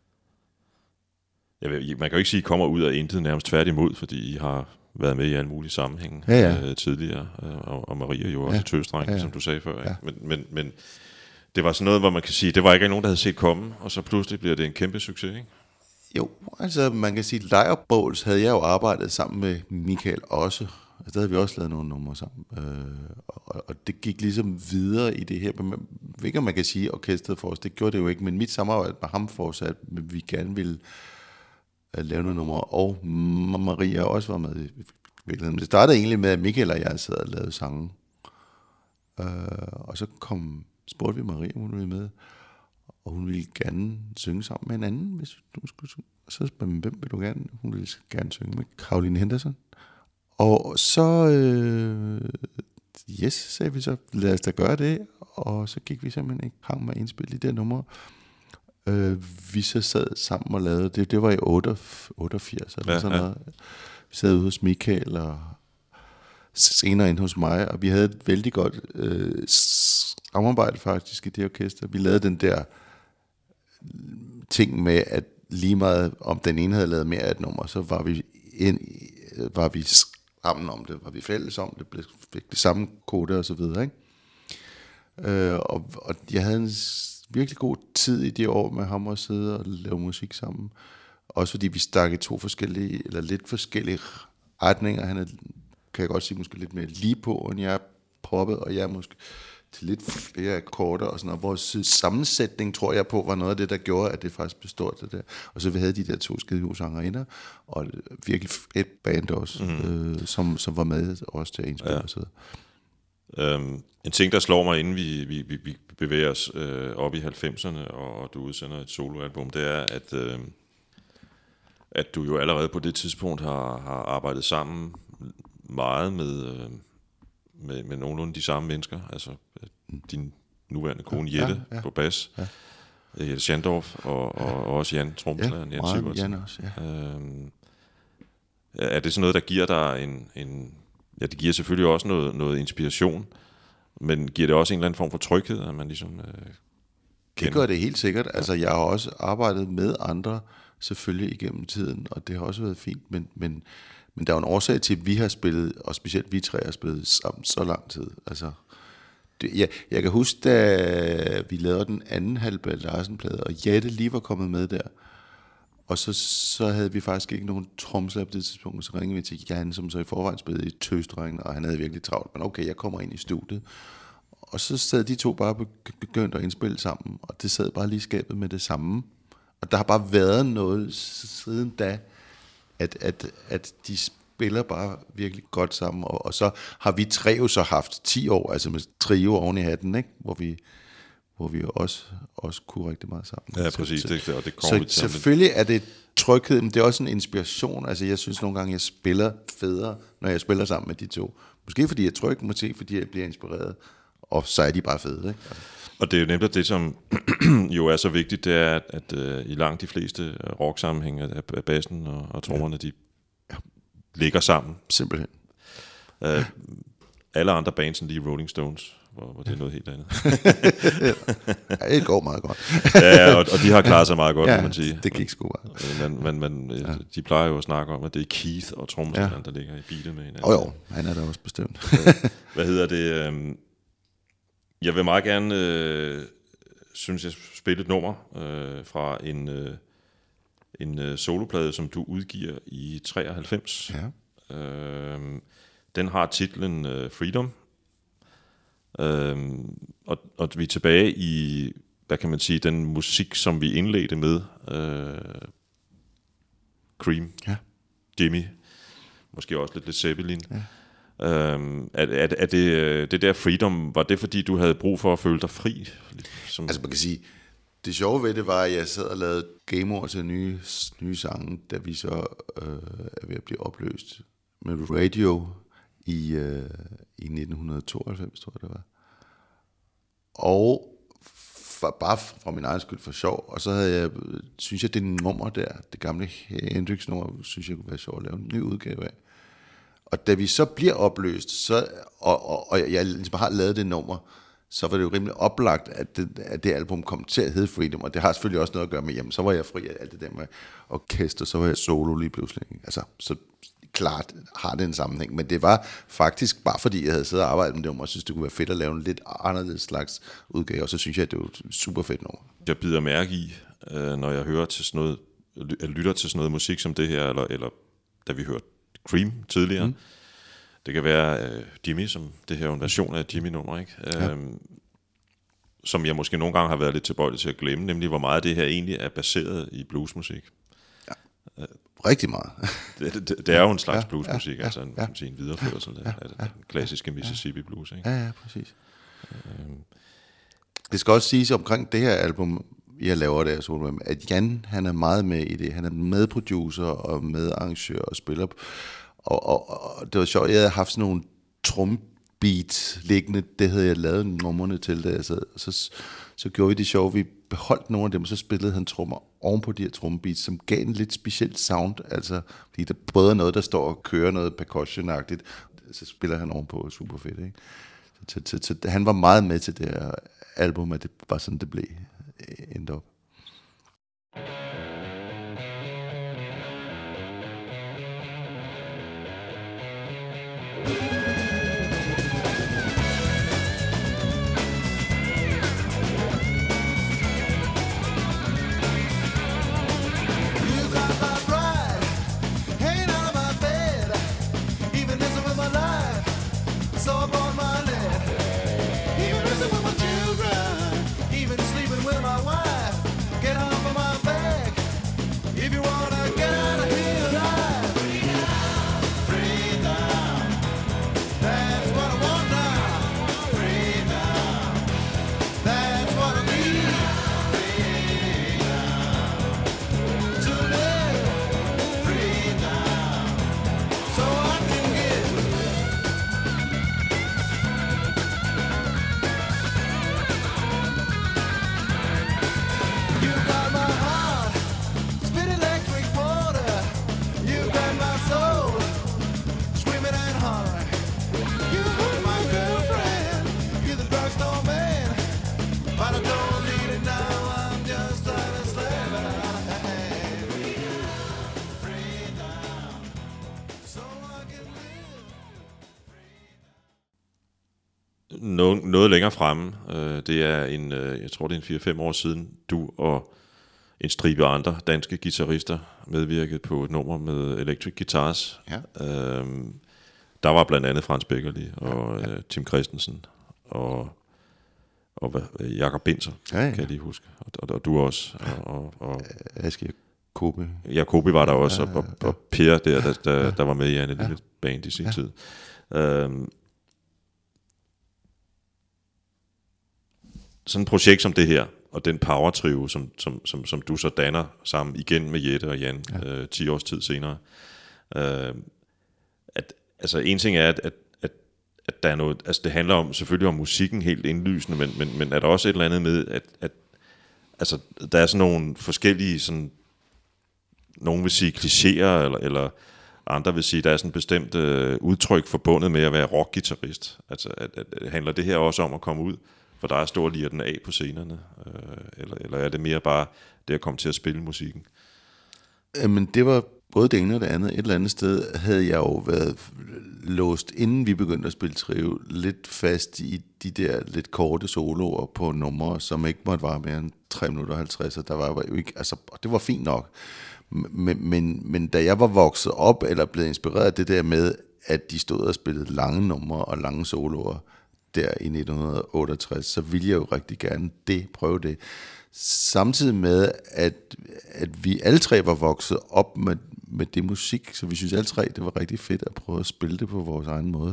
S1: man kan jo ikke sige, at I kommer ud af intet, nærmest tværtimod, fordi I har været med i alle mulige sammenhænge tidligere, og Maria jo også tøsdreng, som du sagde før. Ja. Men det var sådan noget, hvor man kan sige, det var ikke nogen, der havde set komme, og så pludselig bliver det en kæmpe succes, ikke?
S2: Jo, altså man kan sige, Lejrbåls havde jeg jo arbejdet sammen med Michael også. Altså, der havde vi også lavet nogle numre sammen. Og det gik ligesom videre i det her. Jeg ved ikke, om man kan sige orkestret for os. Det gjorde det jo ikke, men mit samarbejde med ham fortsat, men vi gerne ville lave nogle numre. Og Maria også var med i virkeligheden. Det startede egentlig med, at Michael og jeg sad og lavede sange. Og så spurgte vi Maria, om hun ville med. Og hun ville gerne synge sammen med en anden, hvis du skulle synge. Og så spurgte jeg, hvem vil du gerne? Hun ville gerne synge med Caroline Henderson. Og så, sagde vi så, lad os da gøre det. Og så gik vi simpelthen i gang med at indspille de der numre. Vi så sad sammen og lavede det. Det var i 88 eller sådan noget. Vi sad ude hos Michael og senere inde hos mig. Og vi havde et vældig godt samarbejde faktisk i det orkester. Vi lavede den der ting med, at lige meget om den ene havde lavet mere af et nummer, så var vi sammen om det, var vi fælles om det, fik det samme kode og så videre, ikke? Og jeg havde en virkelig god tid i de år med ham at sidde og lave musik sammen. Også fordi vi stak i 2 forskellige, eller lidt forskellige retninger. Han er, kan jeg godt sige, måske lidt mere lige på, end jeg er poppet, og jeg er måske til lidt flere akkorder og sådan noget. Vores sammensætning, tror jeg på, var noget af det, der gjorde, at det faktisk blev stort, det der. Og så vi havde de der 2 skide gode sangerinder, og virkelig et band også, som var med også til at indspille og så videre.
S1: En ting, der slår mig, inden vi bevæger os op i 90'erne, og du udsender et soloalbum, det er, at du jo allerede på det tidspunkt har arbejdet sammen meget med nogenlunde de samme mennesker, altså din nuværende kone Jette på bas, Jette Schandorf, og også Jan trommeslageren, Jan Sivertsen.
S2: Jan også,
S1: Er det sådan noget, der giver dig en ja, det giver selvfølgelig også noget inspiration, men giver det også en eller anden form for tryghed, at man ligesom
S2: det gør det helt sikkert. Altså, jeg har også arbejdet med andre, selvfølgelig igennem tiden, og det har også været fint, men der er jo en årsag til, at vi har spillet, og specielt vi 3 har spillet sammen så lang tid. Altså, jeg kan huske, da vi lavede den anden Hallberg Larsen-plade, og Jette lige var kommet med der, og så havde vi faktisk ikke nogen tromslærer på det tidspunkt, så ringede vi til Jan, som så i forvejen spillede i Tøsdrengen, og han havde virkelig travlt, men okay, jeg kommer ind i studiet. Og så sad de 2 bare begyndt at indspille sammen, og det sad bare lige i skabet med det samme. Og der har bare været noget siden da, at de spiller bare virkelig godt sammen, og så har vi 3 jo så haft 10 år, altså med trio oven i hatten, ikke? Hvor vi også kunne rigtig meget sammen.
S1: Ja, præcis. Det kommer
S2: så selvfølgelig er det tryghed, men det er også en inspiration. Altså jeg synes nogle gange, jeg spiller federe, når jeg spiller sammen med de 2. Måske fordi jeg er tryg, måske fordi jeg bliver inspireret. og så er de bare fede, ikke?
S1: Og det er jo nemlig det, som jo er så vigtigt, det er, at i langt de fleste rock-sammenhænge af bassen og trommerne, de ligger sammen.
S2: Simpelthen.
S1: Alle andre bands end lige Rolling Stones, hvor det er noget helt andet.
S2: Ja, det går meget godt.
S1: Ja, og de har klaret sig meget godt, må man sige.
S2: Det gik sgu meget.
S1: Men de plejer jo at snakke om, at det er Keith og trommeslageren, der ligger i beatet med hinanden.
S2: Jo, han er der også bestemt.
S1: Hvad hedder det? Jeg vil meget gerne, synes jeg, spille et nummer fra en soloplade, som du udgiver i 93.
S2: Ja.
S1: Den har titlen Freedom. Og vi er tilbage i, hvad kan man sige, den musik, som vi indledte med. Cream, Jimmy, måske også lidt Zeppelin. Ja. Er det der Freedom, var det fordi du havde brug for at føle dig fri?
S2: Altså man kan sige, det sjove ved det var, at jeg sad og lavede gameover til nye sange, da vi så er ved at blive opløst med Radio i 1992, tror jeg det var. Og bare fra min egen skyld for sjov, og så havde jeg, synes jeg, det nummer der, det gamle Hendrix-nummer, synes jeg kunne være sjovt at lave en ny udgave af. Og da vi så bliver opløst, så, og jeg ligesom har lavet det nummer, så var det jo rimelig oplagt, at det album kom til at hedde Freedom, og det har selvfølgelig også noget at gøre med, jamen så var jeg fri af alt det der med orkester, så var jeg solo lige pludselig. Altså, så klart har det en sammenhæng, men det var faktisk bare fordi, jeg havde siddet og arbejdet med det nummer, og synes, det kunne være fedt at lave en lidt anderledes slags udgave, og så synes jeg, at det var et super fedt nummer.
S1: Jeg bider mærke i, når jeg hører til sådan noget, lytter til sådan noget musik som det her, eller da vi hørte Cream tidligere. Det kan være Jimmy, som det her er en version af Jimmy-nummer, ikke? Som jeg måske nogle gange har været lidt tilbøjelig til at glemme, nemlig hvor meget det her egentlig er baseret i bluesmusik.
S2: Ja. Rigtig meget.
S1: det er jo en slags bluesmusik, altså en videreførelse af den klassiske Mississippi blues, ikke?
S2: Ja, præcis. Det skal også siges omkring det her album, jeg laver der, at Jan, han er meget med i det. Han er medproducer og medarrangør og spiller. Og det var sjovt, jeg havde haft sådan nogle trombeats liggende. Det havde jeg lavet numrene til, da jeg sad. Og så gjorde vi det sjovt. Vi beholdt nogle af dem, og så spillede han trommer oven på de her trombeats, som gav en lidt speciel sound. Altså, fordi der både er noget, der står og kører noget percussion-agtigt. Så spiller han ovenpå, super fedt, ikke? Så han var meget med til det her album, at det var sådan, det blev endt op.
S1: Noget længere fremme, det er jeg tror det er 4-5 år siden, du og en stribe andre danske guitarister medvirkede på et nummer med Electric Guitars.
S2: Ja.
S1: Der var blandt andet Frans Beckerli og Tim Christensen og Jakob Binzer, kan jeg lige huske. Og du også. Og
S2: Aske Kobe.
S1: Jakobi var der også, og Per der var med i en lille band i sin tid. Sådan et projekt som det her, og den power-trio, som du så danner sammen igen med Jette og Jan, 10 års tid senere. Altså en ting er, at der er noget, altså det handler om, selvfølgelig om musikken helt indlysende, men er der også et eller andet med, at altså, der er sådan nogle forskellige, sådan, nogen vil sige klichéer, eller andre vil sige, der er sådan et bestemt udtryk forbundet med at være rockgitarrist. Altså, at handler det her også om at komme ud, for der er stor lige den af på scenerne, eller er det mere bare det at komme til at spille musikken?
S2: Men det var både det ene og det andet. Et eller andet sted havde jeg jo været låst, inden vi begyndte at spille trio, lidt fast i de der lidt korte soloer på numre, som ikke måtte vare mere end 3 minutter og 50, og der var jo ikke, altså, det var fint nok. Men da jeg var vokset op, eller blevet inspireret af det der med, at de stod og spillede lange numre og lange soloer der i 1968, så ville jeg jo rigtig gerne prøve det. Samtidig med, at vi alle tre var vokset op med det musik, så vi synes alle tre, det var rigtig fedt at prøve at spille det på vores egen måde.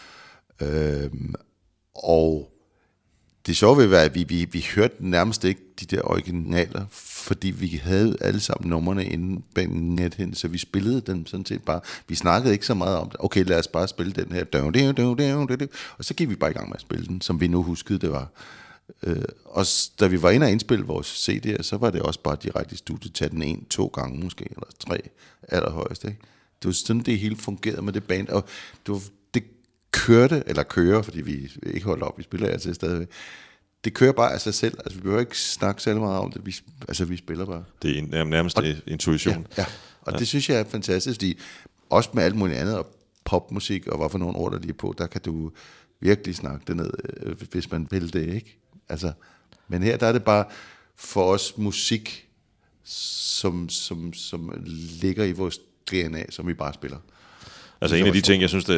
S2: Og det sjove ved at vi hørte nærmest ikke de der originaler, fordi vi havde alle sammen numrene inde bag nethen, så vi spillede dem sådan set bare. Vi snakkede ikke så meget om det. Okay, lad os bare spille den her. Og så gik vi bare i gang med at spille den, som vi nu huskede det var. Og da vi var inde og indspille vores CD'er, så var det også bare direkte i studiet, tage den 1-2 gange måske, eller 3 allerhøjst. Ikke? Det var sådan, det hele fungerede med det band, og det kører, fordi vi ikke holder op, vi spiller altid stadigvæk. Det kører bare af sig selv, altså vi behøver ikke snakke særlig meget om det, vi spiller bare.
S1: Det er nærmest intuition.
S2: Ja, og det synes jeg er fantastisk, fordi også med alt muligt andet, og popmusik, og hvad for nogle ord der lige er på, der kan du virkelig snakke det ned, hvis man vil det, ikke? Altså, men her der er det bare for os musik, som ligger i vores DNA, som vi bare spiller.
S1: Altså en af de ting, jeg synes,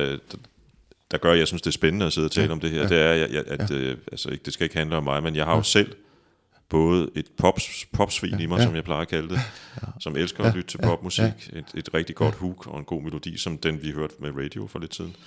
S1: der gør, jeg synes, det er spændende at sidde og tale om det her, det er, at altså, det skal ikke handle om mig, men jeg har jo selv både et popsvin i mig, som jeg plejer at kalde det, som elsker at lytte til popmusik, et rigtig godt hook og en god melodi, som den vi hørte med Radio for lidt siden.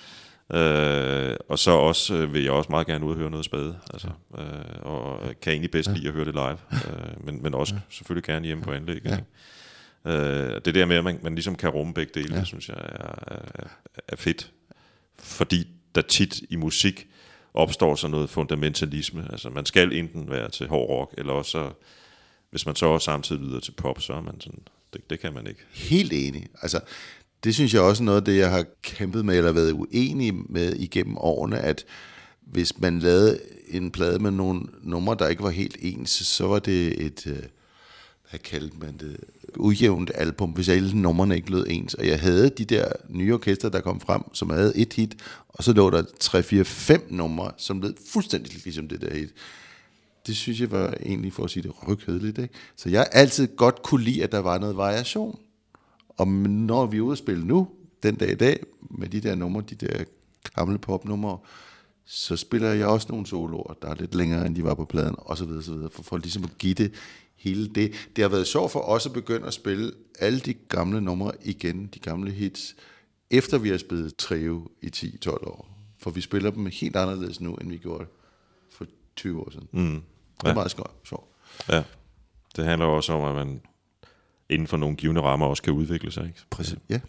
S1: Og så også vil jeg også meget gerne ud og høre noget spade, altså, og kan egentlig bedst lide at høre det live, men også selvfølgelig gerne hjemme på anlægget. Det der med, at man ligesom kan rumme begge dele, det synes jeg er fedt, fordi der tit i musik opstår sådan noget fundamentalisme. Altså man skal enten være til hård rock, eller også, hvis man så også samtidig lyder til pop, så er man sådan, det kan man ikke.
S2: Helt enig. Altså, det synes jeg også er noget af det, jeg har kæmpet med, eller været uenig med igennem årene, at hvis man lavede en plade med nogle numre, der ikke var helt ens, så var det et, hvad kaldte man det, ujævnt album, hvis alle numrene ikke lød ens. Og jeg havde de der nye orkester, der kom frem, som havde et hit, og så lå der 3, 4, 5 numre, som lød fuldstændig ligesom det der hit. Det synes jeg var egentlig, for at sige det, rygkedeligt, ikke? Så jeg altid godt kunne lide, at der var noget variation. Og når vi er ude at spille nu, den dag i dag, med de der numre, de der gamle popnumre, så spiller jeg også nogle soloer, der er lidt længere, end de var på pladen, osv., for ligesom at give det hele det. Det har været sjovt for os at begynde at spille alle de gamle numre igen, de gamle hits, efter vi har spillet trio i 10-12 år. For vi spiller dem helt anderledes nu, end vi gjorde for 20 år siden. Det er meget sjovt.
S1: Ja, det handler også om, at man inden for nogle givne rammer også kan udvikle sig, ikke?
S2: Præcis, ja.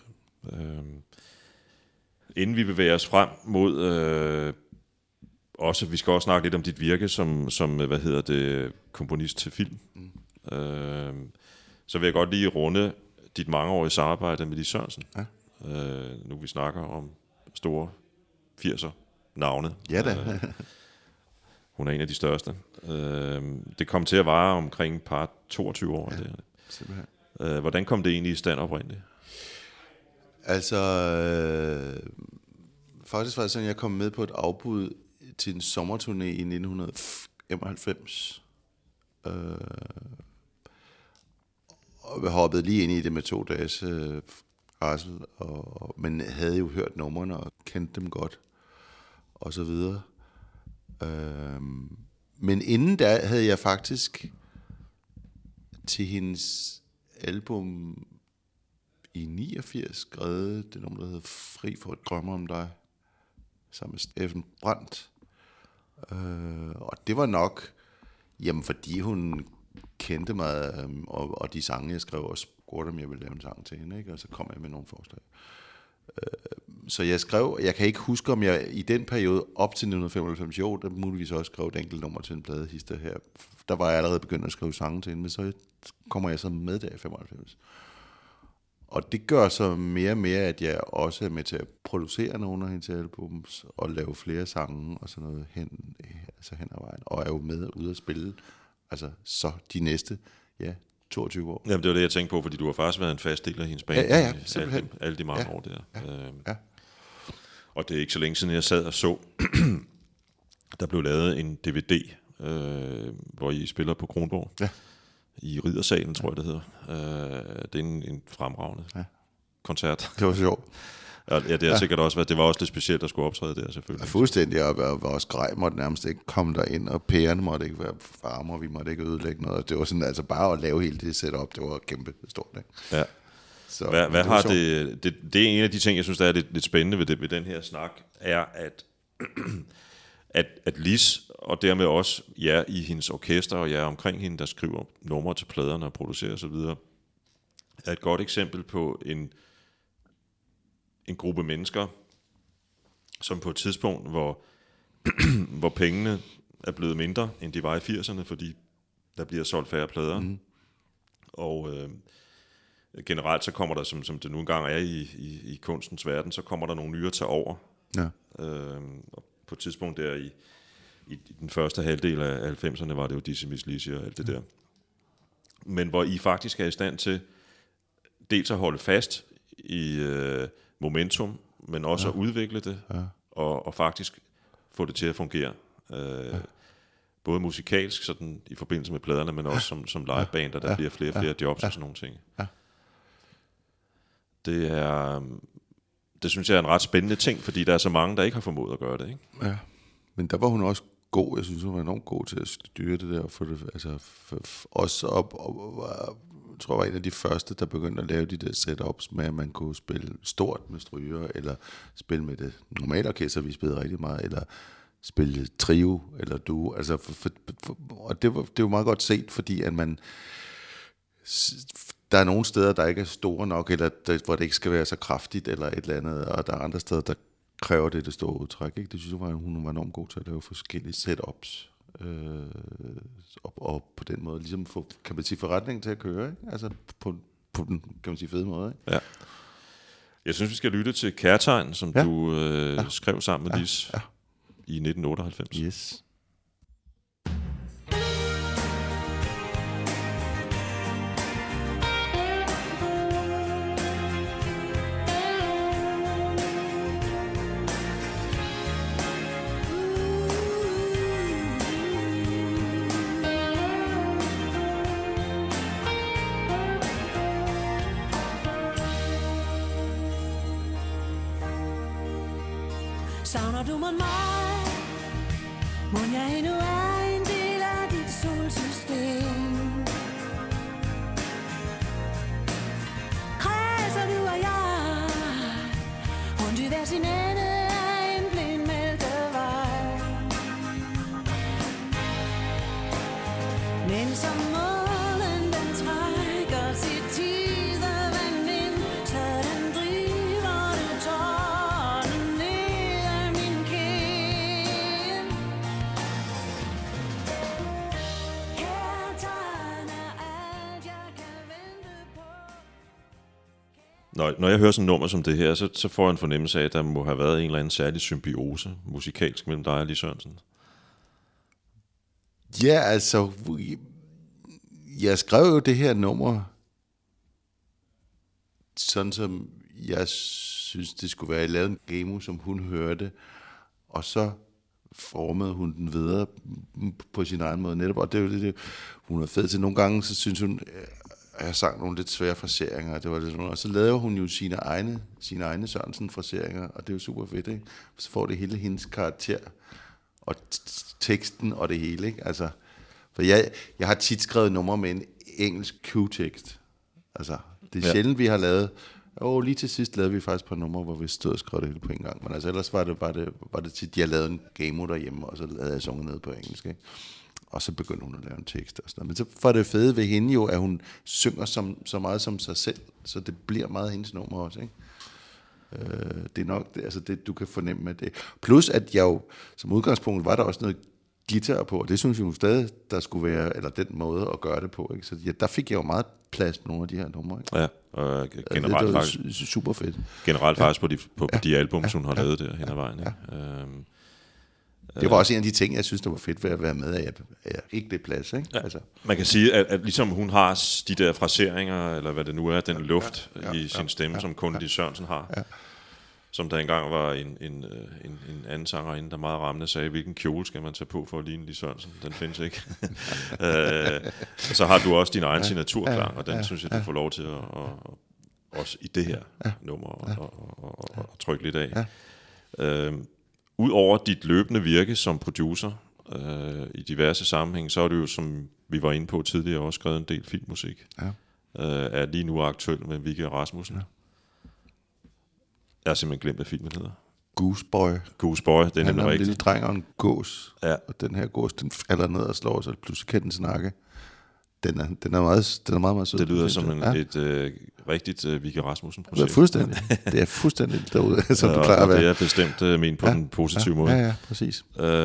S1: Inden vi bevæger os frem mod også, vi skal også snakke lidt om dit virke som komponist til film. Så vil jeg godt lige runde dit mangeårige samarbejde med Lis Sørensen. Ja. Nu vi snakker om store 80'er navne.
S2: Ja da.
S1: Hun er en af de største. Det kom til at vare omkring et par 22 år. Ja,
S2: simpelthen.
S1: Hvordan kom det egentlig i stand oprindeligt?
S2: Altså, faktisk var det sådan, at jeg kom med på et afbud til en sommerturné i 1995. Og jeg hoppede lige ind i det med 2 dages varsel, men havde jo hørt numrene og kendte dem godt, og så videre. Men inden da havde jeg faktisk til hendes album i 89 skrevet det nummer, der hedder Fri for at drømme om dig, sammen med Steffen Brandt. Og det var nok, jamen fordi hun kendte mig, og de sange, jeg skrev, og spurgte, om jeg ville lave en sang til hende, ikke? Og så kom jeg med nogle forslag. Så jeg skrev, jeg kan ikke huske, om jeg i den periode op til 1995, jo, der muligvis også skrev et enkelt nummer til en pladehister her. Der var jeg allerede begyndt at skrive sange til hende, men så kommer jeg så med der i 95. Og det gør så mere og mere, at jeg også er med til at producere nogle af hendes albums, og lave flere sange og sådan noget hen ad vejen, og er jo med ude at spille, altså så de næste, 22 år.
S1: Jamen det var det, jeg tænkte på, fordi du har faktisk været en fast del af hendes band alle de mange år der.
S2: Ja.
S1: Og det er ikke så længe siden, jeg sad og så, der blev lavet en DVD, hvor I spiller på Kronborg.
S2: Ja.
S1: I Riddersalen, tror jeg, det hedder. Det er en fremragende koncert.
S2: Det var sjovt.
S1: Ja, det har sikkert også været. Det var også lidt specielt at skulle optræde der, selvfølgelig.
S2: Ja, fuldstændig, og vores grej måtte nærmest ikke komme derind, og pærerne måtte ikke være varme, og vi måtte ikke ødelægge noget. Det var sådan, altså bare at lave hele det setup, det var kæmpe stort, ikke?
S1: Ja.
S2: Så,
S1: hvad har det er en af de ting, jeg synes, der er lidt spændende ved den her snak, er, at Lis, og dermed også jer i hendes orkester, og jer omkring hende, der skriver numre til pladerne og producerer osv., er et godt eksempel på en gruppe mennesker, som på et tidspunkt, hvor pengene er blevet mindre, end de var i 80'erne, fordi der bliver solgt færre plader. Og generelt så kommer der, som det nu engang er i kunstens verden, så kommer der nogle nye at tage over.
S2: Ja.
S1: Og på et tidspunkt der i den første halvdel af 90'erne var det jo Dizzy Miss Lizzy og alt det der. Men hvor I faktisk er i stand til dels at holde fast i momentum, men også at udvikle det, og faktisk få det til at fungere. Både musikalsk, sådan i forbindelse med pladerne, men også som liveband, og der bliver flere og flere jobs og sådan nogle ting.
S2: Ja.
S1: Det synes jeg er en ret spændende ting, fordi der er så mange, der ikke har formået at gøre det, ikke?
S2: Ja, men der var hun også god. Jeg synes, hun var enormt god til at styre det der, og få det, altså også op, og jeg tror, jeg var en af de første, der begyndte at lave de der setups med, at man kunne spille stort med stryger, eller spille med det normale orkester, vi spillede rigtig meget, eller spille trio, eller duo, altså, og det er jo meget godt set, fordi at man, der er nogle steder, der ikke er store nok, eller hvor det ikke skal være så kraftigt, eller et eller andet, og der er andre steder, der kræver det store udtræk, ikke? Det synes jeg, hun var enormt god til at lave forskellige setups, og på den måde ligesom få, kan man sige, forretningen til at køre, ikke? Altså på den, kan man sige, fede måde, ikke?
S1: Ja. Jeg synes, vi skal lytte til Kærtegn, som du skrev sammen med Lis i 1998.
S2: Yes.
S3: Savner du mig? Må jeg endnu er en del af dit solsystem? Kredser du og jeg rundt i hver sin ende af en blind mælkevej? Men som målen den trækker sit tidevand ind, så den driver du tårnen ned af min kind. Kærtegn er alt jeg kan vente på.
S1: Når jeg hører sådan et nummer som det her, så får jeg en fornemmelse af, at der må have været en eller anden særlig symbiose musikalsk mellem dig og Lis Sørensen.
S2: Ja, altså, jeg skrev jo det her nummer, sådan som jeg synes, det skulle være. Jeg lavede en demo, som hun hørte, og så formede hun den videre på sin egen måde netop. Og det er jo det, hun er fed til. Nogle gange, så synes hun, at jeg sang nogle lidt svære fraseringer, det var lidt sådan, og så lavede hun jo sine egne Sørensen-fraseringer, og det er jo super fedt, ikke? Så får det hele hendes karakter, og teksten og det hele, ikke? Altså, for jeg har tit skrevet numre med en engelsk cue-tekst. Altså, det er sjældent, vi har lavet. Lige til sidst lavede vi faktisk et par numre, hvor vi stod og skrev det hele på en gang. Men altså, ellers var det tit, jeg lavede en game derhjemme, og så lavede jeg sunget ned på engelsk, ikke? Og så begyndte hun at lave en tekst og sådan noget. Men så var det fede ved hende jo, at hun synger så meget som sig selv, så det bliver meget hendes nummer også, ikke? Det er nok det, du kan fornemme med det. Plus, at jeg jo, som udgangspunkt, var der også noget guitar på, og det synes jeg jo stadig, der skulle være, eller den måde at gøre det på. Ikke? Så der fik jeg jo meget plads på nogle af de her numre. Ikke?
S1: Ja, og generelt
S2: det
S1: faktisk...
S2: super fedt.
S1: Generelt faktisk på de albums, hun har lavet der hen ad vejen. Ikke?
S2: Det var også en af de ting, jeg synes, der var fedt ved at være med, at jeg fik det plads. Ikke?
S1: Ja. Altså. Man kan sige, at ligesom hun har de der fraseringer, eller hvad det nu er, den luft i sin stemme, som kun Lis Sørensen har. Ja. Som der engang var en anden sangerinde, der meget rammende sagde, hvilken kjole skal man tage på for at ligne Lis Sørensen? Den findes ikke. Så har du også din egen signaturklang, og den synes jeg, du får lov til at også i det her nummer og trykke lidt af. Ja. Udover dit løbende virke som producer i diverse sammenhænge, så er du jo, som vi var inde på tidligere, også skrevet en del filmmusik. Ja. Er lige nu aktuel med Vigga Rasmussen. Ja. Jeg har simpelthen glemt, hvad filmen hedder.
S2: Gooseboy.
S1: Gooseboy, det er nemlig rigtigt.
S2: En lille dreng og en gås. Ja. Og den her gås, den falder ned og slår, så pludselig kan den snakke. Den er meget sød.
S1: Det lyder som et rigtigt Vigga Rasmussen-projekt.
S2: Det er fuldstændig derude, som du plejer at være.
S1: Det er bestemt ment på den positive måde.
S2: Ja, præcis.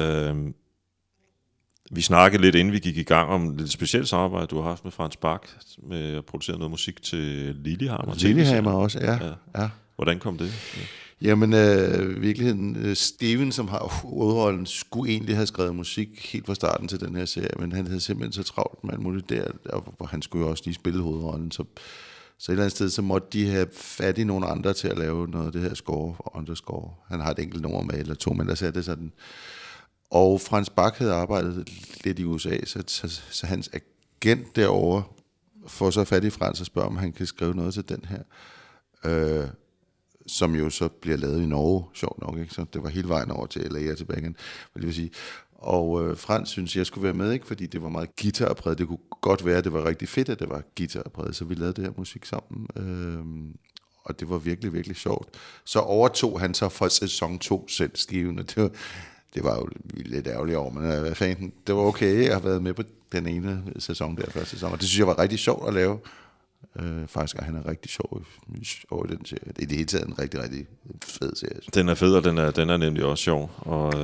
S1: Vi snakkede lidt, inden vi gik i gang, om lidt specielt samarbejde, du har haft med Frans Bak, med at producere noget musik til Lillehammer.
S2: Lillehammer også, ja.
S1: Hvordan kom det?
S2: Jamen, virkeligheden, Steven, som har hovedrollen, skulle egentlig have skrevet musik helt fra starten til den her serie, men han havde simpelthen så travlt med alt muligt der, hvor han skulle jo også lige spille hovedrollen, så et eller andet sted, så måtte de have fat i nogle andre til at lave noget af det her score og underscore. Han har et enkelt nummer med, eller to, men der sagde det sådan. Og Frans Bak havde arbejdet lidt i USA, så hans agent derovre får så fat i Frans og spørger, om han kan skrive noget til den her. Som jo så bliver lavet i Norge, sjovt nok, ikke? Så det var hele vejen over til LA og tilbage igen, vil jeg sige. Og Frans synes, jeg skulle være med, ikke? Fordi det var meget guitarpræget. Det kunne godt være, at det var rigtig fedt, at det var guitarpræget, så vi lavede det her musik sammen. Og det var virkelig, virkelig sjovt. Så overtog han så for sæson 2 selv skiven, og det var jo lidt ærgerligt over, men hvad fanden, det var okay, jeg har været med på den ene sæson der, første sæson, og det synes jeg var rigtig sjovt at lave. Faktisk er han rigtig sjov i den serie. Det er i det hele taget en rigtig, rigtig fed serie.
S1: Den er fed, og den er nemlig også sjov. Og,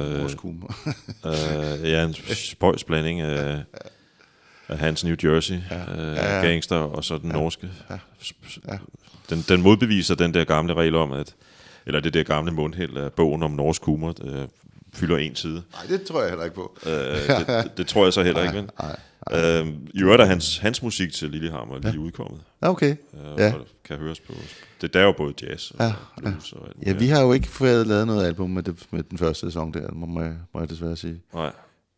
S1: en spøjsblanding af hans New Jersey gangster, og så den norske. Den modbeviser den der gamle regel om, eller det der gamle mundhæld af bogen om norsk humor, fylder en side.
S2: Nej, det tror jeg heller ikke på.
S1: Det tror jeg så heller ikke, men... I øvrigt er hans musik til Lillehammer lige udkommet.
S2: Okay.
S1: Og kan høres på. Det er jo både jazz og blues. Og
S2: vi har jo ikke fået lavet noget album med den første sæson der, må jeg desværre sige.
S1: Nej.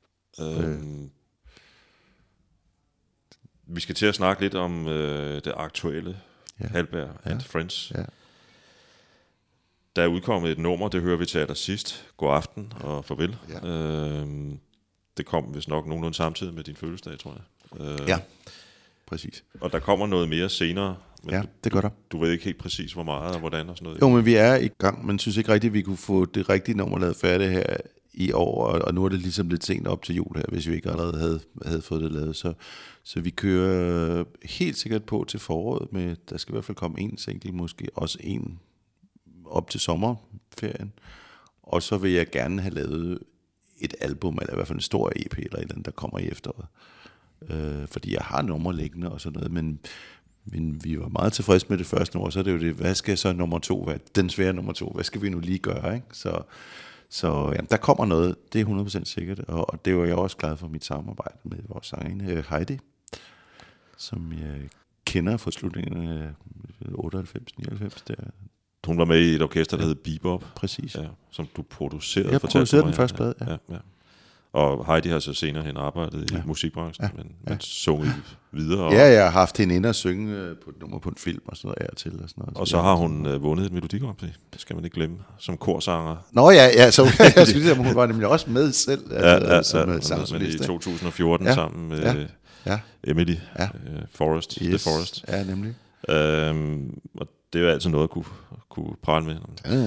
S1: Vi skal til at snakke lidt om det aktuelle Hallberg and Friends. Ja. Der er udkommet et nummer, det hører vi til allersidst. God aften og farvel. Ja. Det kom vist nok nogenlunde samtidig med din fødselsdag, tror jeg.
S2: Ja, præcis.
S1: Og der kommer noget mere senere. Men
S2: det gør der.
S1: Du ved ikke helt præcis, hvor meget og hvordan og sådan noget.
S2: Jo, men vi er i gang, men synes ikke rigtigt, at vi kunne få det rigtige nummer lavet færdigt her i år, og nu er det ligesom lidt sent op til jul her, hvis vi ikke allerede havde fået det lavet. Så vi kører helt sikkert på til foråret med, der skal i hvert fald komme en single, måske også en op til sommerferien. Og så vil jeg gerne have lavet et album, eller i hvert fald en stor EP, eller et eller andet, der kommer i efteråret. Fordi jeg har nummer liggende og sådan noget, men vi var meget tilfredse med det første nummer, så er det jo det, hvad skal så nummer 2 være? Den svære nummer 2, hvad skal vi nu lige gøre, ikke? Så jamen, der kommer noget, det er 100% sikkert, og det var jeg også glad for mit samarbejde med vores sangerinde Heidi, som jeg kender fra slutningen af 98-99 der.
S1: Hun var med i et orkester, der hed Bebop.
S2: Præcis.
S1: Ja, som du producerede.
S2: Jeg producerede den første plade,
S1: ja. Og Heidi har så senere hen arbejdet i musikbranchen, men sunget videre.
S2: Ja, jeg har haft hende inde og synge på et nummer på en film og sådan noget af til. Og sådan noget.
S1: Og så har hun vundet et Melodi Grand Prix, det skal man ikke glemme, som korsanger.
S2: Nå ja, så jeg synes, at hun var nemlig også med selv.
S1: Som sangsolist. I 2014 sammen med Emily Forrest.
S2: Yes.
S1: The Forest.
S2: Ja, nemlig.
S1: Og det er jo altid noget at kunne prale med.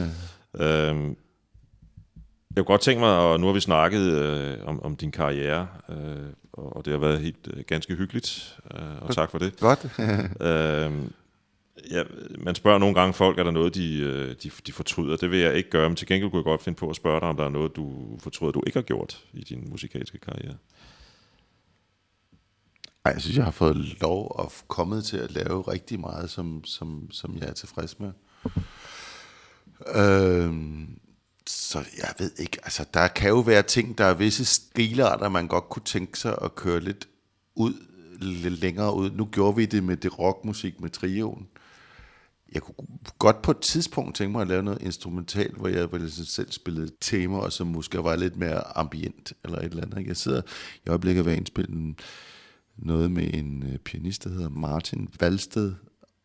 S1: Jeg kunne godt tænke mig, og nu har vi snakket om din karriere, og det har været helt ganske hyggeligt, og tak for det.
S2: Godt.
S1: Ja, man spørger nogle gange folk, er der noget, de fortryder. Det vil jeg ikke gøre, men til gengæld kunne jeg godt finde på at spørge dig, om der er noget, du fortryder, du ikke har gjort i din musikalske karriere.
S2: Ej, jeg synes, jeg har fået lov at komme til at lave rigtig meget, som jeg er tilfreds med. Så jeg ved ikke, altså der kan jo være ting, der er visse stilarter, man godt kunne tænke sig at køre lidt længere ud. Nu gjorde vi det med det rockmusik med trioen. Jeg kunne godt på et tidspunkt tænke mig at lave noget instrumentalt, hvor jeg selv spillede temaer, og som måske var lidt mere ambient eller et eller andet. Jeg sidder i øjeblikket ved at indspille noget med en pianist, der hedder Martin Valsted,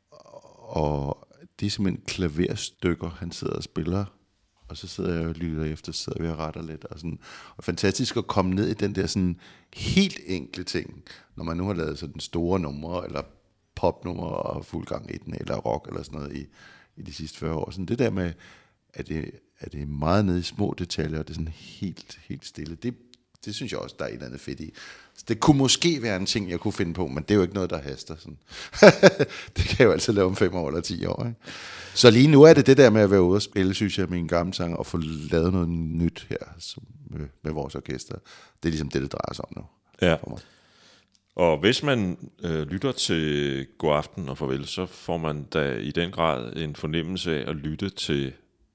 S2: og det er simpelthen klaverstykker, han sidder og spiller, og så sidder jeg og lytter efter, så sidder vi og retter lidt, og sådan. Og fantastisk at komme ned i den der sådan helt enkle ting, når man nu har lavet sådan store numre, eller popnumre og fuld gang i den, eller rock, eller sådan noget i de sidste 40 år. Sådan det der med, at det er meget nede i små detaljer, og det er sådan helt stille. Det synes jeg også, der er et eller andet fedt i. Så det kunne måske være en ting, jeg kunne finde på, men det er jo ikke noget, der haster. Sådan. Det kan jeg jo altid lave om 5 år eller 10 år. Ikke? Så lige nu er det der med at være ude og spille, synes jeg, med en gammel sang, og få lavet noget nyt her med vores orkester. Det er ligesom det drejer sig om nu.
S1: Ja. Og hvis man lytter til God Aften og Farvel, så får man da i den grad en fornemmelse af at lytte til,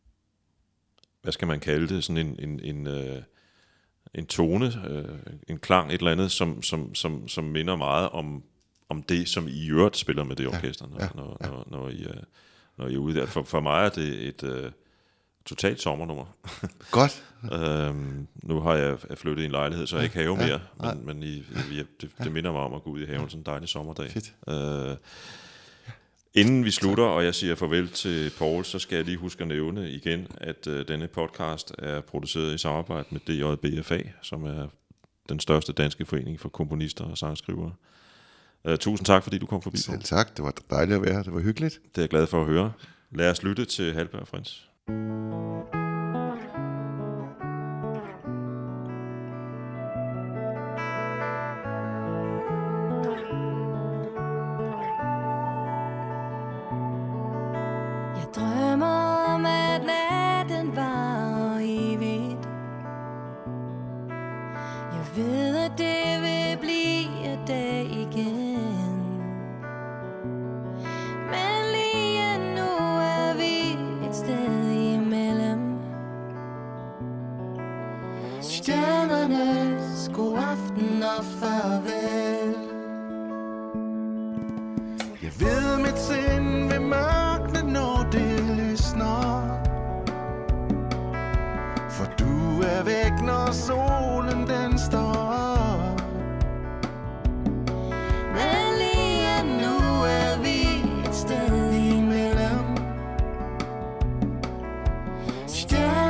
S1: hvad skal man kalde det, sådan en tone, en klang, et eller andet, som minder meget om det, som I øvrigt spiller med det orkester, når I er ude der. For mig er det et totalt sommernummer.
S2: Godt.
S1: Nu har jeg flyttet i en lejlighed, så jeg ikke have mere, men det minder mig om at gå ud i haven sådan en dejlig sommerdag. Inden vi slutter, og jeg siger farvel til Poul, så skal jeg lige huske at nævne igen, at denne podcast er produceret i samarbejde med DJBFA, som er den største danske forening for komponister og sangskrivere. Tusind tak, fordi du kom forbi.
S2: Selv tak, det var dejligt at være her, det var hyggeligt.
S1: Det er jeg glad for at høre. Lad os lytte til Hallberg og Friends.
S3: Jeg drømmer om, at natten varer evigt. Jeg ved, at det vil blive dag igen. Men lige nu er vi et sted imellem. Stjernernes god aften og farvel.
S4: Jeg ved, mit sind vil mørkne, når det lysner. For du er væk, når solen den står.
S3: Men lige nu er vi et sted imellem. Stjerner